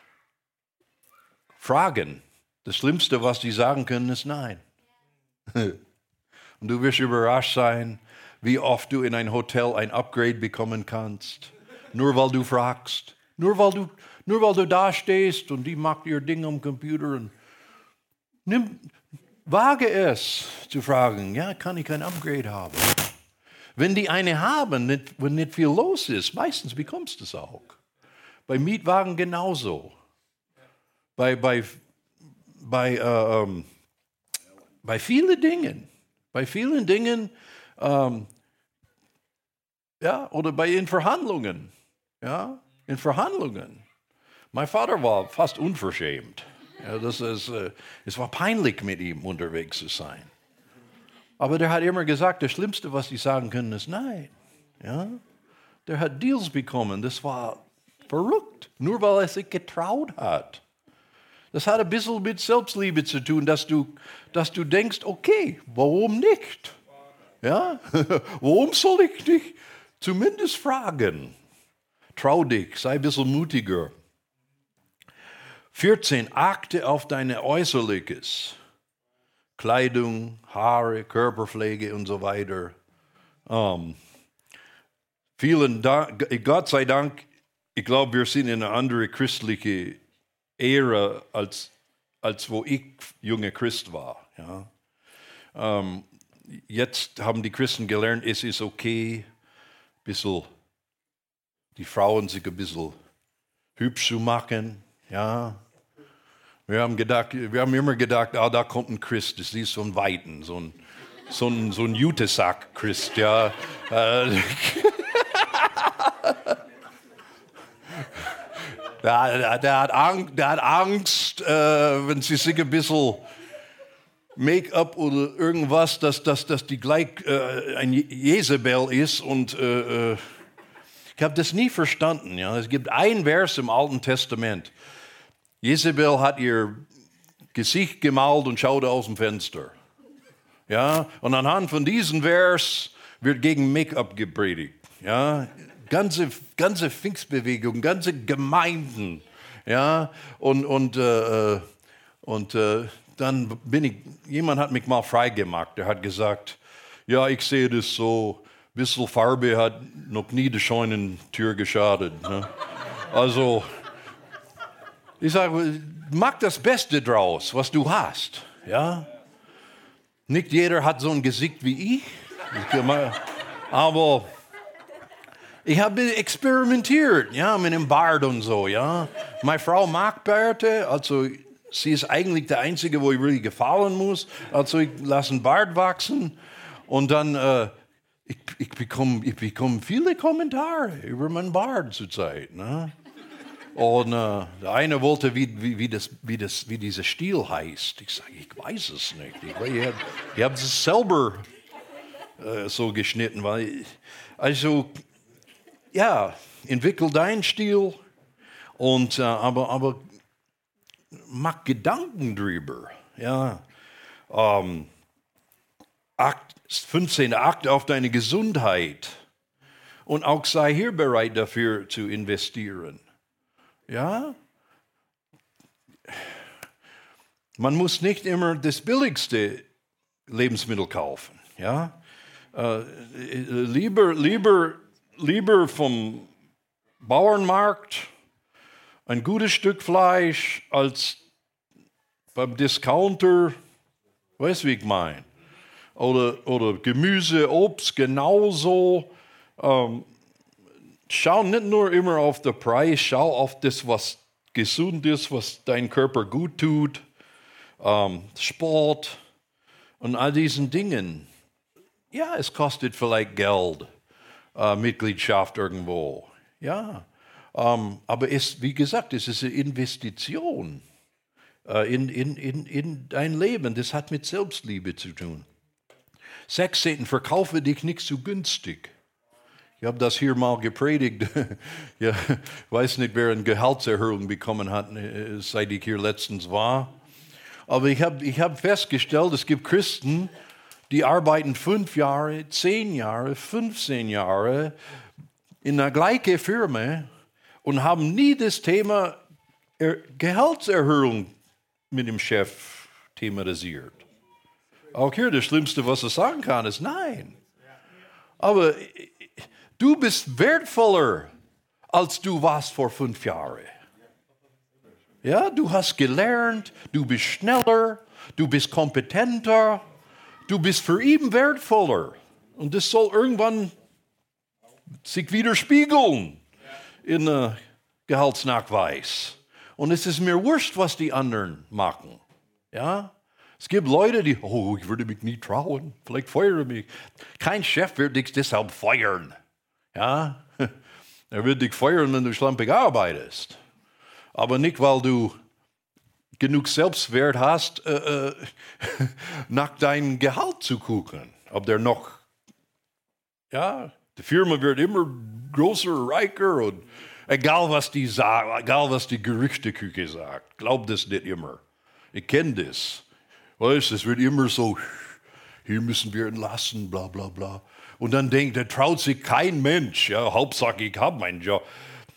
fragen. Das Schlimmste, was die sagen können, ist nein. Und du wirst überrascht sein, wie oft du in ein Hotel ein Upgrade bekommen kannst. Nur weil du fragst. Nur weil du, nur weil du da stehst und die macht ihr Ding am Computer. Und nimm, wage es zu fragen, ja, kann ich ein Upgrade haben? Wenn die eine haben, nicht, wenn nicht viel los ist, meistens bekommst du es auch. Bei Mietwagen genauso. Bei, bei, bei, äh, ähm, bei vielen Dingen. Bei vielen Dingen, ähm, ja, oder bei in Verhandlungen. Ja, in Verhandlungen. Mein Vater war fast unverschämt. Ja, das ist, äh, es war peinlich, mit ihm unterwegs zu sein. Aber der hat immer gesagt, das Schlimmste, was die sagen können, ist nein. Ja? Der hat Deals bekommen, das war verrückt, nur weil er sich getraut hat. Das hat ein bisschen mit Selbstliebe zu tun, dass du, dass du denkst, okay, warum nicht? Ja? Warum soll ich dich zumindest fragen? Trau dich, sei ein bisschen mutiger. vierzehn. Achte auf deine Äußerliches. Kleidung, Haare, Körperpflege und so weiter. Um, vielen Dank, Gott sei Dank, ich glaube, wir sind in einer anderen christlichen Ära, als, als wo ich junger Christ war. Ja. Um, jetzt haben die Christen gelernt, es ist okay, bisschen, die Frauen sich ein bisschen hübsch zu machen. Ja. Wir haben, gedacht, wir haben immer gedacht, ah, da kommt ein Christ, das ist so ein Weiten, so ein, so ein, so ein Jutesack-Christ, ja. der, der, der, hat Angst, der hat Angst, äh, wenn sie sich ein bisschen Make-up oder irgendwas, dass, dass, dass die gleich äh, ein Jezebel ist und äh, ich habe das nie verstanden. Ja. Es gibt ein Vers im Alten Testament. Jezebel hat ihr Gesicht gemalt und schaute aus dem Fenster. Ja, und anhand von diesem Vers wird gegen Make-up gepredigt. Ja, ganze, ganze Pfingstbewegung, ganze Gemeinden. Ja, und, und, äh, und äh, dann bin ich, jemand hat mich mal freigemacht. Der hat gesagt, ja, ich sehe das so, ein bisschen Farbe hat noch nie der Scheunentür geschadet. Ne? Also, ich sage, mach das Beste draus, was du hast. Ja? Nicht jeder hat so ein Gesicht wie ich. Aber ich habe experimentiert, ja, mit dem Bart und so. Ja? Meine Frau mag Bärte, also sie ist eigentlich der Einzige, wo ich wirklich gefallen muss. Also ich lasse einen Bart wachsen und dann äh, ich, ich bekomme ich bekomm viele Kommentare über meinen Bart zurzeit. Ne? Und äh, der eine wollte, wie, wie, wie, das, wie, das, wie dieser Stil heißt. Ich sage, ich weiß es nicht. Ich, ich habe hab es selber äh, so geschnitten. Weil, also, ja, entwickel deinen Stil, und, äh, aber, aber mach Gedanken drüber. Ja. Ähm, acht, fünfzehn. Achte auf deine Gesundheit. Und auch sei hier bereit dafür zu investieren. Ja, man muss nicht immer das billigste Lebensmittel kaufen. Ja, äh, lieber, lieber, lieber vom Bauernmarkt ein gutes Stück Fleisch als beim Discounter, weißt du, wie ich meine? Oder, oder Gemüse, Obst genauso. Ähm, Schau nicht nur immer auf den Preis, schau auf das, was gesund ist, was dein Körper gut tut, ähm, Sport und all diesen Dingen. Ja, es kostet vielleicht Geld, äh, Mitgliedschaft irgendwo. Ja, ähm, aber es, wie gesagt, es ist eine Investition äh, in, in, in, in dein Leben. Das hat mit Selbstliebe zu tun. sechzehnten Verkaufe dich nicht zu günstig. Ich habe das hier mal gepredigt. Ja, ich weiß nicht, wer eine Gehaltserhöhung bekommen hat, seit ich hier letztens war. Aber ich habe ich hab festgestellt, es gibt Christen, die arbeiten fünf Jahre, zehn Jahre, fünfzehn Jahre in der gleichen Firma und haben nie das Thema er- Gehaltserhöhung mit dem Chef thematisiert. Auch hier das Schlimmste, was er sagen kann, ist nein. Aber du bist wertvoller, als du warst vor fünf Jahren. Ja, du hast gelernt, du bist schneller, du bist kompetenter, du bist für ihn wertvoller. Und das soll irgendwann sich widerspiegeln in äh, Gehaltsnachweis. Und es ist mir wurscht, was die anderen machen. Ja? Es gibt Leute, die, oh, ich würde mich nie trauen, vielleicht feuere mich. Kein Chef wird dich deshalb feuern. Ja? Er wird dich feuern, wenn du schlampig arbeitest. Aber nicht, weil du genug Selbstwert hast, äh, äh, nach deinem Gehalt zu gucken. Ob der noch, ja, die Firma wird immer größer, reicher und egal was die sagen, egal was die Gerüchteküche sagt, glaub das nicht immer. Ich kenne das. Weißt, es wird immer so, hier müssen wir entlassen, bla bla bla. Und dann denkt, da traut sich kein Mensch. Ja, Hauptsache, ich habe meinen Job.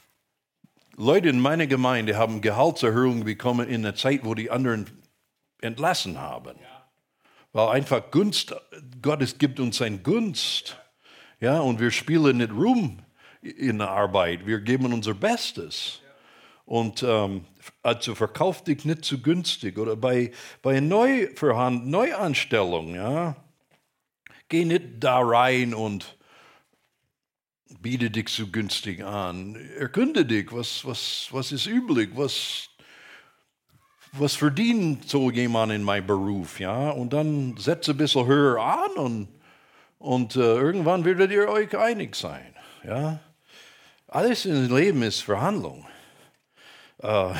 Leute in meiner Gemeinde haben Gehaltserhöhungen bekommen in der Zeit, wo die anderen entlassen haben. Weil einfach Gunst, Gott es gibt uns ein Gunst. Ja, und wir spielen nicht rum in der Arbeit. Wir geben unser Bestes. Und ähm, also verkauf dich nicht zu günstig. Oder bei, bei Neuverhand- Neuanstellung, ja, geh nicht da rein und biete dich zu günstig an. Erkunde dich, was, was, was ist üblich, was, was verdient so jemand in meinem Beruf, ja? Und dann setze ein bisschen höher an und, und äh, irgendwann werdet ihr euch einig sein, ja? Alles im Leben ist Verhandlung. Äh,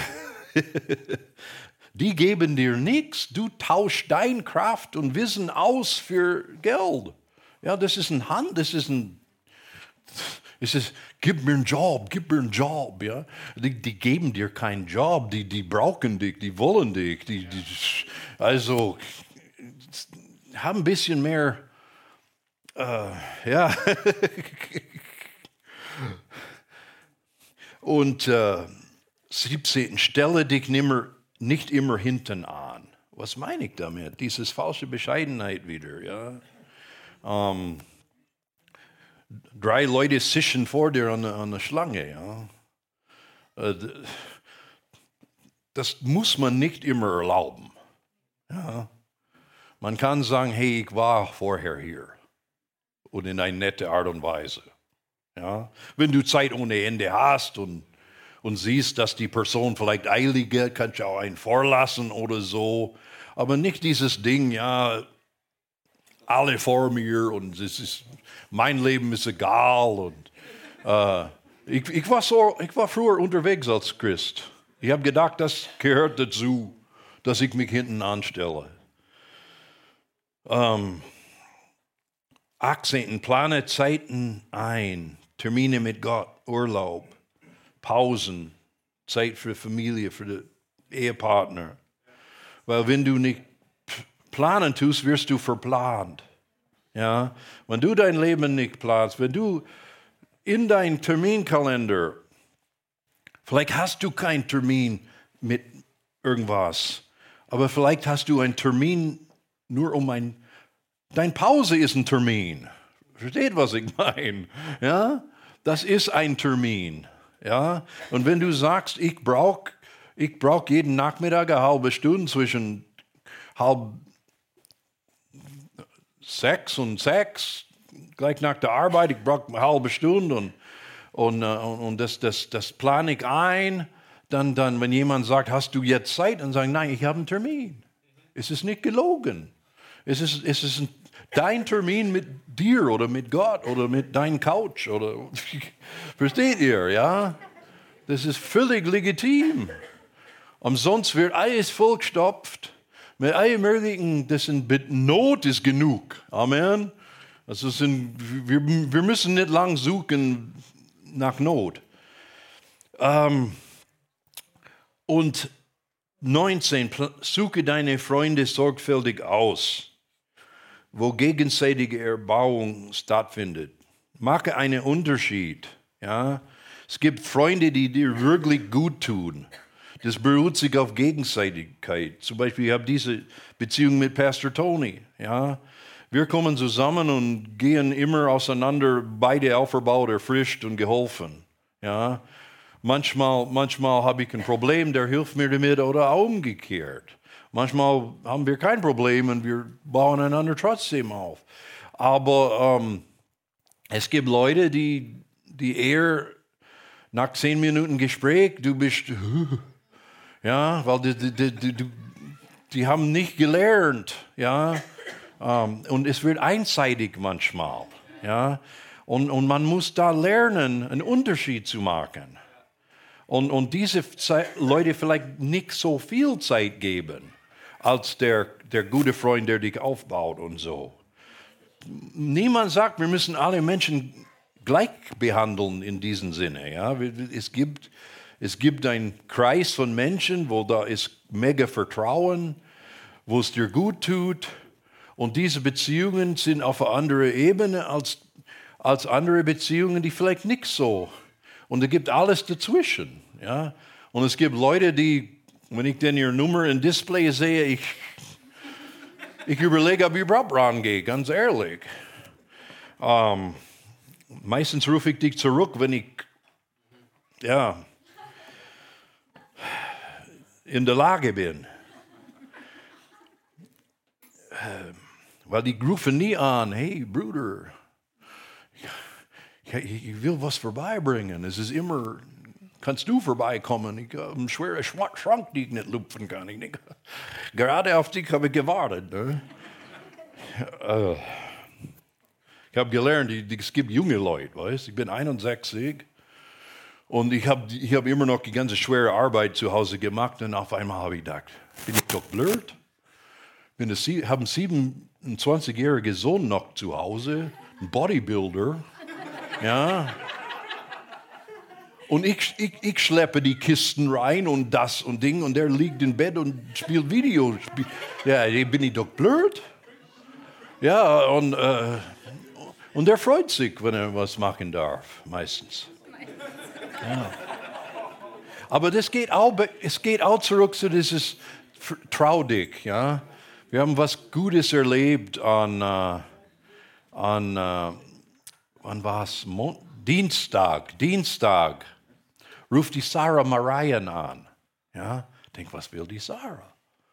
die geben dir nichts, du tauschst deine Kraft und Wissen aus für Geld. Ja, das ist ein Hand, das ist ein Es ist, gib mir einen Job, gib mir einen Job. Ja? Die, die geben dir keinen Job, die, die brauchen dich, die wollen dich. Die, die, also, haben ein bisschen mehr, äh, ja. Und äh, siebzehnten Stelle dich nimmer, nicht immer hinten an. Was meine ich damit? Dieses falsche Bescheidenheit wieder. Ja? Ähm, Drei Leute zischen vor dir an, an der Schlange. Ja. Das muss man nicht immer erlauben. Ja. Man kann sagen, hey, ich war vorher hier. Und in eine nette Art und Weise. Ja. Wenn du Zeit ohne Ende hast und, und siehst, dass die Person vielleicht eilig geht, kannst du auch einen vorlassen oder so. Aber nicht dieses Ding, ja, alle vor mir und es ist, mein Leben ist egal. Und, äh, ich, ich, war so, ich war früher unterwegs als Christ. Ich habe gedacht, das gehört dazu, dass ich mich hinten anstelle. Ähm, achtzehnten Plane Zeiten ein, Termine mit Gott, Urlaub, Pausen, Zeit für Familie, für den Ehepartner. Weil wenn du nicht planen tust, wirst du verplant. Ja? Wenn du dein Leben nicht planst, wenn du in deinen Terminkalender, vielleicht hast du keinen Termin mit irgendwas, aber vielleicht hast du einen Termin nur um ein, deine Pause ist ein Termin. Versteht, was ich meine? Ja? Das ist ein Termin. Ja? Und wenn du sagst, ich brauche ich brauch jeden Nachmittag eine halbe Stunde zwischen halb sechs und sechs, gleich nach der Arbeit, ich brauche eine halbe Stunde und, und, und das, das, das plane ich ein. Dann, dann, wenn jemand sagt, hast du jetzt Zeit? Dann sagen, nein, ich habe einen Termin. Es ist nicht gelogen. Es ist, es ist ein, dein Termin mit dir oder mit Gott oder mit deinem Couch. Oder, versteht ihr, ja? Das ist völlig legitim. Umsonst wird alles vollgestopft mit allen möglichen, das sind Not ist genug. Amen. Also sind, wir, wir müssen nicht lang suchen nach Not. Ähm, und neunzehn, suche deine Freunde sorgfältig aus, wo gegenseitige Erbauung stattfindet. Mache einen Unterschied. Ja? Es gibt Freunde, die dir wirklich gut tun. Das beruht sich auf Gegenseitigkeit. Zum Beispiel, ich habe diese Beziehung mit Pastor Tony. Ja? Wir kommen zusammen und gehen immer auseinander, beide auferbaut, erfrischt und geholfen. Ja? Manchmal, manchmal habe ich ein Problem, der hilft mir damit oder umgekehrt. Manchmal haben wir kein Problem und wir bauen einander trotzdem auf. Aber ähm, es gibt Leute, die, die eher nach zehn Minuten Gespräch, du bist, ja, weil die, die, die, die, die haben nicht gelernt, ja, ähm, und es wird einseitig manchmal, ja, und, und man muss da lernen, einen Unterschied zu machen. Und, und diese Zeit, Leute vielleicht nicht so viel Zeit geben, als der, der gute Freund, der dich aufbaut und so. Niemand sagt, wir müssen alle Menschen gleich behandeln in diesem Sinne. Ja? Es gibt, es gibt einen Kreis von Menschen, wo da ist mega Vertrauen, wo es dir gut tut. Und diese Beziehungen sind auf einer anderen Ebene als, als andere Beziehungen, die vielleicht nicht so. Und es gibt alles dazwischen. Ja? Und es gibt Leute, die, wenn ich denn ihre Nummer im Display sehe, ich, ich überlege, ob ich überhaupt rangehe, ganz ehrlich. Ähm, meistens rufe ich dich zurück, wenn ich ja, in der Lage bin. Äh, weil die rufen nie an, hey Bruder, ich, ich will was vorbeibringen. Es ist immer, kannst du vorbeikommen? Ich habe einen schweren Schrank, den ich nicht lupfen kann. Ich denke, gerade auf dich habe ich gewartet. Ne? äh, ich habe gelernt, es gibt junge Leute, weißt? Ich bin einundsechzig und ich habe ich hab immer noch die ganze schwere Arbeit zu Hause gemacht und auf einmal habe ich gedacht, bin ich doch blöd? Ich habe einen siebenundzwanzigjährigen Sohn noch zu Hause, ein Bodybuilder. Ja. Und ich, ich, ich schleppe die Kisten rein und das und Ding und der liegt im Bett und spielt Videos. Ja, bin ich doch blöd? Ja, und, äh, und der freut sich, wenn er was machen darf, meistens. Ja. Aber das geht auch, es geht auch zurück zu dieses Trau dich, ja. Wir haben was Gutes erlebt an, äh, an äh, wann war es? Dienstag, Dienstag. Ruft die Sarah Marian an. Ja, denk, was will die Sarah?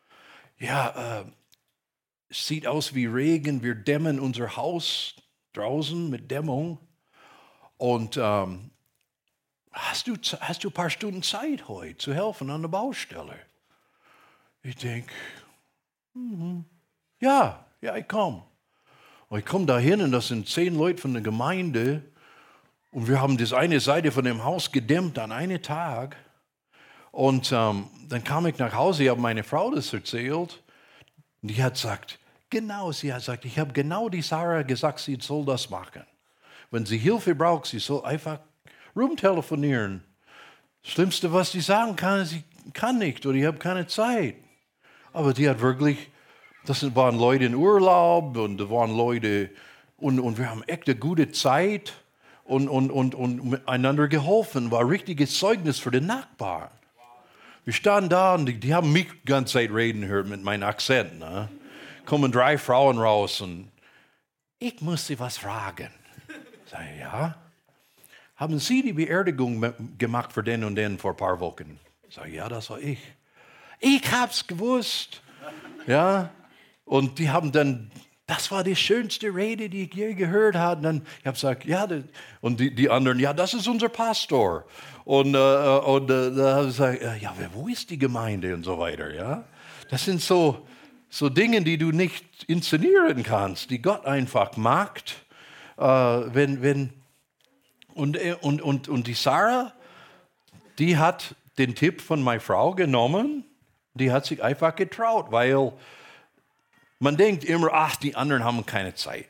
Ja, äh, es sieht aus wie Regen. Wir dämmen unser Haus draußen mit Dämmung. Und ähm, hast, du, hast du ein paar Stunden Zeit heute zu helfen an der Baustelle? Ich denke, mhm. ja, ja, ich komme. Und ich komme da hin und das sind zehn Leute von der Gemeinde. Und wir haben das eine Seite von dem Haus gedämmt an einem Tag. Und ähm, dann kam ich nach Hause, ich habe meine Frau das erzählt. Und die hat gesagt, genau, sie hat gesagt, ich habe genau die Sarah gesagt, sie soll das machen. Wenn sie Hilfe braucht, sie soll einfach rumtelefonieren. Das Schlimmste, was sie sagen kann, sie kann nicht oder ich habe keine Zeit. Aber die hat wirklich, das waren Leute in Urlaub und da waren Leute, und, und wir haben echt eine gute Zeit. Und, und, und, und einander geholfen, war ein richtiges Zeugnis für den Nachbarn. Wir standen da und die, die haben mich die ganze Zeit reden gehört mit meinem Akzent. Ne? Kommen drei Frauen raus und ich muss sie was fragen. Sag ich, ja. Haben Sie die Beerdigung gemacht für den und den vor ein paar Wochen? Sag ich, ja, das war ich. Ich hab's gewusst. Ja. Und die haben dann, das war die schönste Rede, die ich je gehört habe. Und dann, ich habe gesagt, ja, das, und die, die anderen, ja, das ist unser Pastor. Und, äh, und äh, da habe ich gesagt, ja, wo ist die Gemeinde und so weiter. Ja, das sind so, so Dinge, die du nicht inszenieren kannst, die Gott einfach macht. Äh, wenn, wenn, und, und, und, und die Sarah, die hat den Tipp von meiner Frau genommen. Die hat sich einfach getraut, weil man denkt immer, ach, die anderen haben keine Zeit.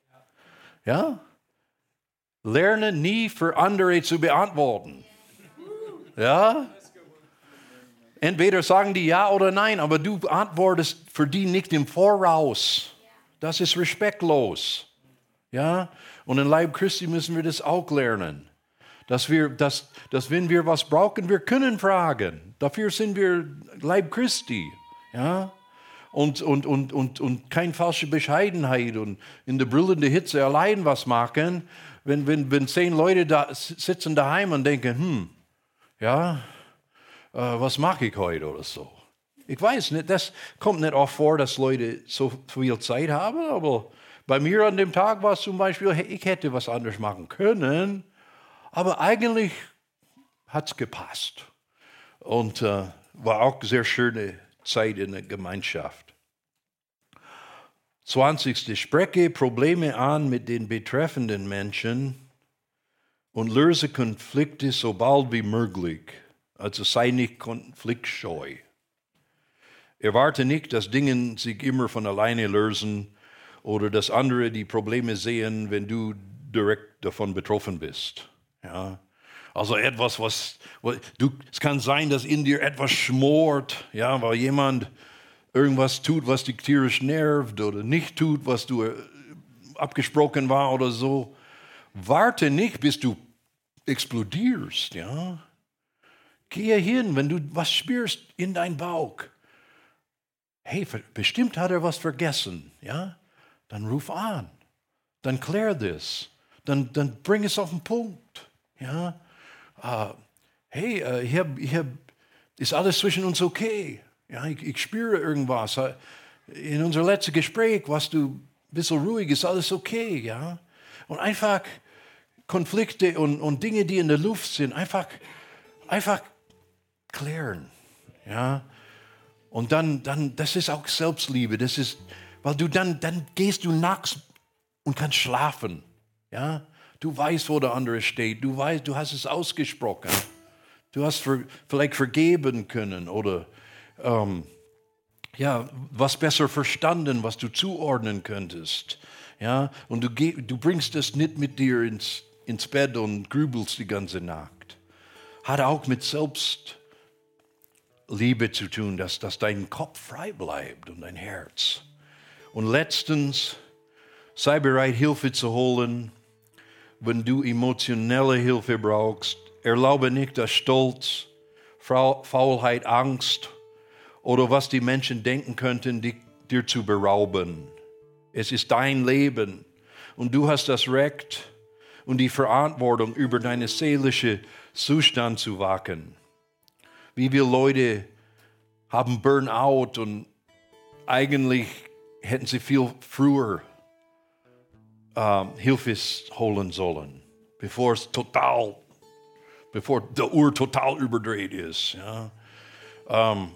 Ja? Lerne nie für andere zu beantworten. Ja? Entweder sagen die ja oder nein, aber du antwortest für die nicht im Voraus. Das ist respektlos. Ja? Und im Leib Christi müssen wir das auch lernen. Dass wir, dass, dass wenn wir was brauchen, wir können fragen. Dafür sind wir Leib Christi. Ja? Und, und, und, und, und keine falsche Bescheidenheit und in der brüllenden Hitze allein was machen. Wenn, wenn, wenn zehn Leute da sitzen daheim und denken, hm, ja, äh, was mache ich heute oder so. Ich weiß nicht, das kommt nicht oft vor, dass Leute so viel Zeit haben, aber bei mir an dem Tag war es zum Beispiel, ich hätte was anderes machen können, aber eigentlich hat es gepasst. Und äh, war auch eine sehr schöne Zeit in der Gemeinschaft. zwanzigste Spreche Probleme an mit den betreffenden Menschen und löse Konflikte so bald wie möglich. Also sei nicht konfliktscheu. Erwarte nicht, dass Dinge sich immer von alleine lösen oder dass andere die Probleme sehen, wenn du direkt davon betroffen bist. Ja? Also etwas, was, was du, es kann sein, dass in dir etwas schmort, ja, weil jemand irgendwas tut, was dich tierisch nervt oder nicht tut, was du äh, abgesprochen war oder so. Warte nicht, bis du explodierst, ja. Gehe hin, wenn du was spürst in dein Bauch. Hey, bestimmt hat er was vergessen, ja. Dann ruf an, dann klär das, dann, dann bring es auf den Punkt, ja. Uh, hey, uh, ich hab, ich hab, ist alles zwischen uns okay? Ja, ich, ich spüre irgendwas. In unser letztes Gespräch warst du ein bisschen ruhig, ist alles okay, ja? Und einfach Konflikte und, und Dinge, die in der Luft sind, einfach, einfach klären, ja? Und dann, dann, das ist auch Selbstliebe, das ist, weil du dann, dann gehst du nachts und kannst schlafen, ja? Du weißt, wo der andere steht. Du weißt, du hast es ausgesprochen. Du hast für, vielleicht vergeben können oder ähm, ja, was besser verstanden, was du zuordnen könntest. Ja? Und du, geh, du bringst es nicht mit dir ins, ins Bett und grübelst die ganze Nacht. Hat auch mit Selbstliebe zu tun, dass, dass dein Kopf frei bleibt und dein Herz. Und letztens, sei bereit, Hilfe zu holen. Wenn du emotionelle Hilfe brauchst, erlaube nicht, dass Stolz, Faulheit, Angst oder was die Menschen denken könnten, die, dir zu berauben. Es ist dein Leben und du hast das Recht und die Verantwortung, über deinen seelischen Zustand zu wachen. Wie viele Leute haben Burnout und eigentlich hätten sie viel früher Uh, Hilfe holen sollen, bevor es total, bevor der Uhr total überdreht ist. Ja. Um,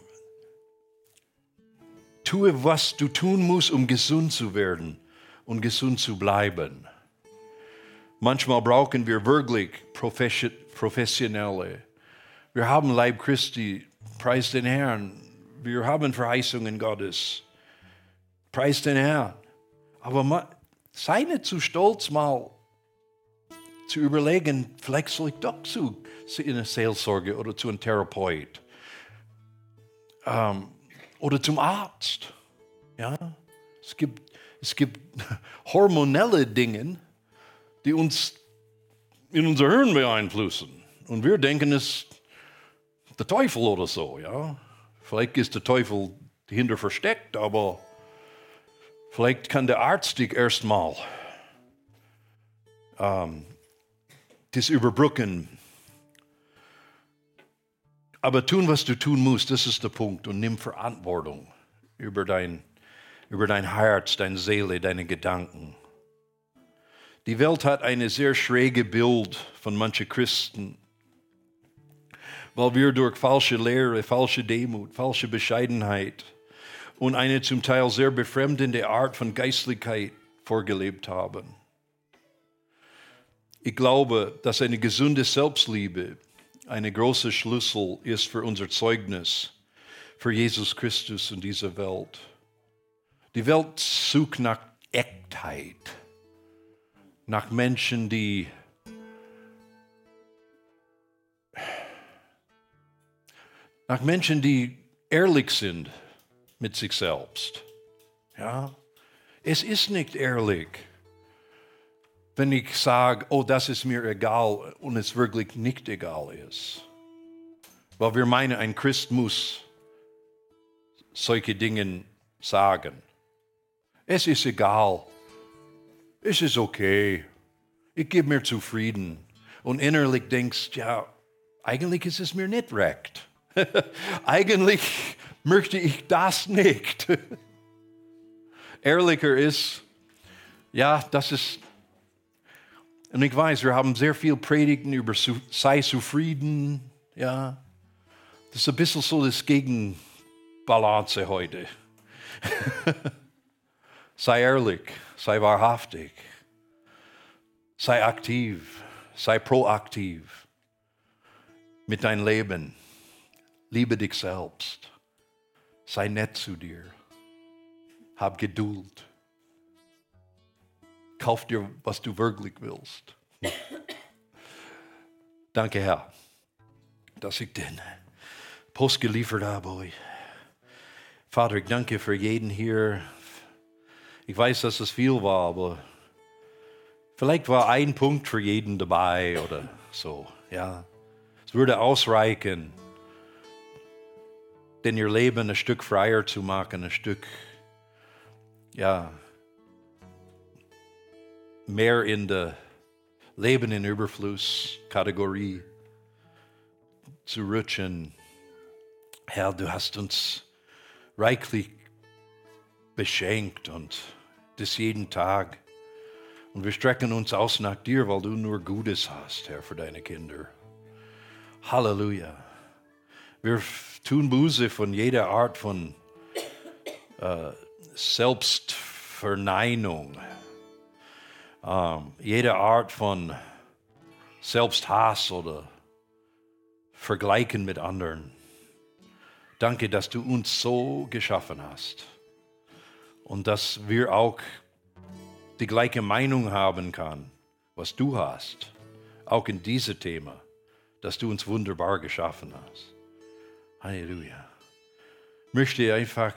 tue, was du tun musst, um gesund zu werden und gesund zu bleiben. Manchmal brauchen wir wirklich Professionelle. Wir haben Leib Christi, preis den Herrn. Wir haben Verheißungen Gottes, preis den Herrn. Aber man, sei nicht zu stolz, mal zu überlegen, vielleicht soll ich doch zu einer Seelsorge oder zu einem Therapeut ähm, oder zum Arzt. Ja? Es gibt, es gibt hormonelle Dinge, die uns in unser Hirn beeinflussen. Und wir denken, es ist der Teufel oder so. Ja? Vielleicht ist der Teufel dahinter versteckt, aber vielleicht kann der Arzt dich erstmal ähm, das überbrücken. Aber tun, was du tun musst, das ist der Punkt. Und nimm Verantwortung über dein, über dein Herz, deine Seele, deine Gedanken. Die Welt hat eine sehr schräge Bild von manchen Christen, weil wir durch falsche Lehre, falsche Demut, falsche Bescheidenheit und eine zum Teil sehr befremdende Art von Geistlichkeit vorgelebt haben. Ich glaube, dass eine gesunde Selbstliebe eine große Schlüssel ist für unser Zeugnis, für Jesus Christus in dieser Welt. Die Welt sucht nach Echtheit, nach Menschen, die nach Menschen, die ehrlich sind mit sich selbst. Ja, es ist nicht ehrlich, wenn ich sage, oh, das ist mir egal und es wirklich nicht egal ist. Weil wir meinen, ein Christ muss solche Dinge sagen. Es ist egal. Es ist okay. Ich gebe mir zufrieden. Und innerlich denkst, ja, eigentlich ist es mir nicht recht. Eigentlich möchte ich das nicht. Ehrlicher ist, ja, das ist, und ich weiß, wir haben sehr viel Predigten über sei zufrieden, ja. Das ist ein bisschen so das Gegenbalance heute. Sei ehrlich, sei wahrhaftig, sei aktiv, sei proaktiv mit deinem Leben. Liebe dich selbst, sei nett zu dir, hab Geduld, kauf dir, was du wirklich willst. Danke, Herr, dass ich den Post geliefert habe. Vater, ich danke für jeden hier. Ich weiß, dass es viel war, aber vielleicht war ein Punkt für jeden dabei oder so. Ja, es würde ausreichen, denn ihr Leben ein Stück freier zu machen, ein Stück, ja, mehr in der Leben in Überfluss-Kategorie zu rutschen. Herr, du hast uns reichlich beschenkt und das jeden Tag. Und wir strecken uns aus nach dir, weil du nur Gutes hast, Herr, für deine Kinder. Halleluja. Wir tun Buße von jeder Art von äh, Selbstverneinung, ähm, jede Art von Selbsthass oder Vergleichen mit anderen. Danke, dass du uns so geschaffen hast und dass wir auch die gleiche Meinung haben können, was du hast, auch in diesem Thema, dass du uns wunderbar geschaffen hast. Halleluja. Ich möchte einfach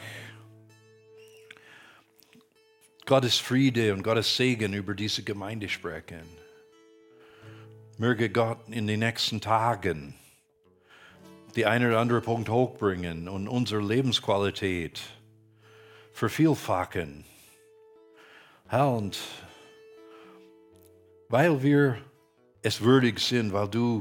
Gottes Friede und Gottes Segen über diese Gemeinde sprechen. Möge Gott in den nächsten Tagen die eine oder andere Punkt hochbringen und unsere Lebensqualität vervielfachen. Herr, und weil wir es würdig sind, weil du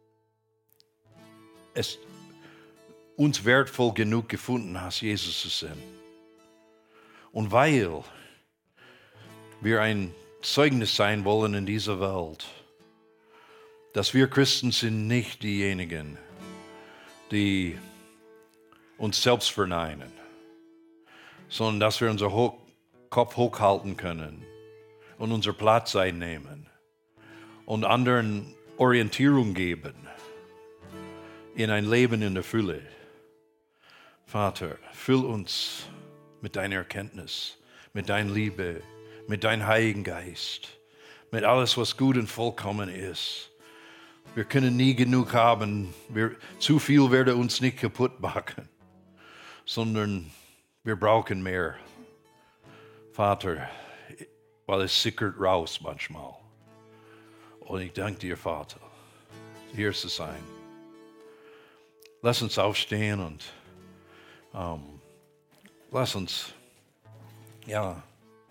es uns wertvoll genug gefunden hast, Jesus zu sein. Und weil wir ein Zeugnis sein wollen in dieser Welt, dass wir Christen sind nicht diejenigen, die uns selbst verneinen, sondern dass wir unseren Hoch- Kopf hochhalten können und unseren Platz einnehmen und anderen Orientierung geben in ein Leben in der Fülle. Vater, füll uns mit deiner Erkenntnis, mit deiner Liebe, mit deinem Heiligen Geist, mit alles, was gut und vollkommen ist. Wir können nie genug haben. Wir, zu viel werde uns nicht kaputt machen, sondern wir brauchen mehr. Vater, weil es sickert raus manchmal. Und ich danke dir, Vater, hier zu sein. Lass uns aufstehen und um, lass uns, ja,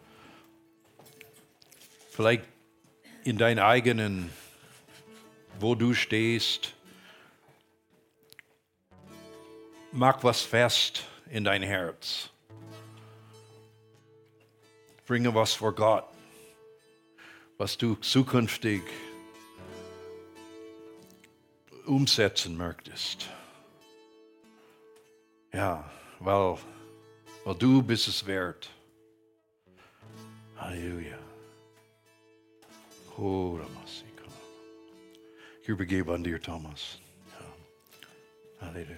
vielleicht in deinen eigenen, wo du stehst, mach was fest in dein Herz. Bringe was vor Gott, was du zukünftig umsetzen möchtest. Ja, weil, weil du bist es wert. Halleluja. Oh, ich übergebe an dir, Thomas. Halleluja.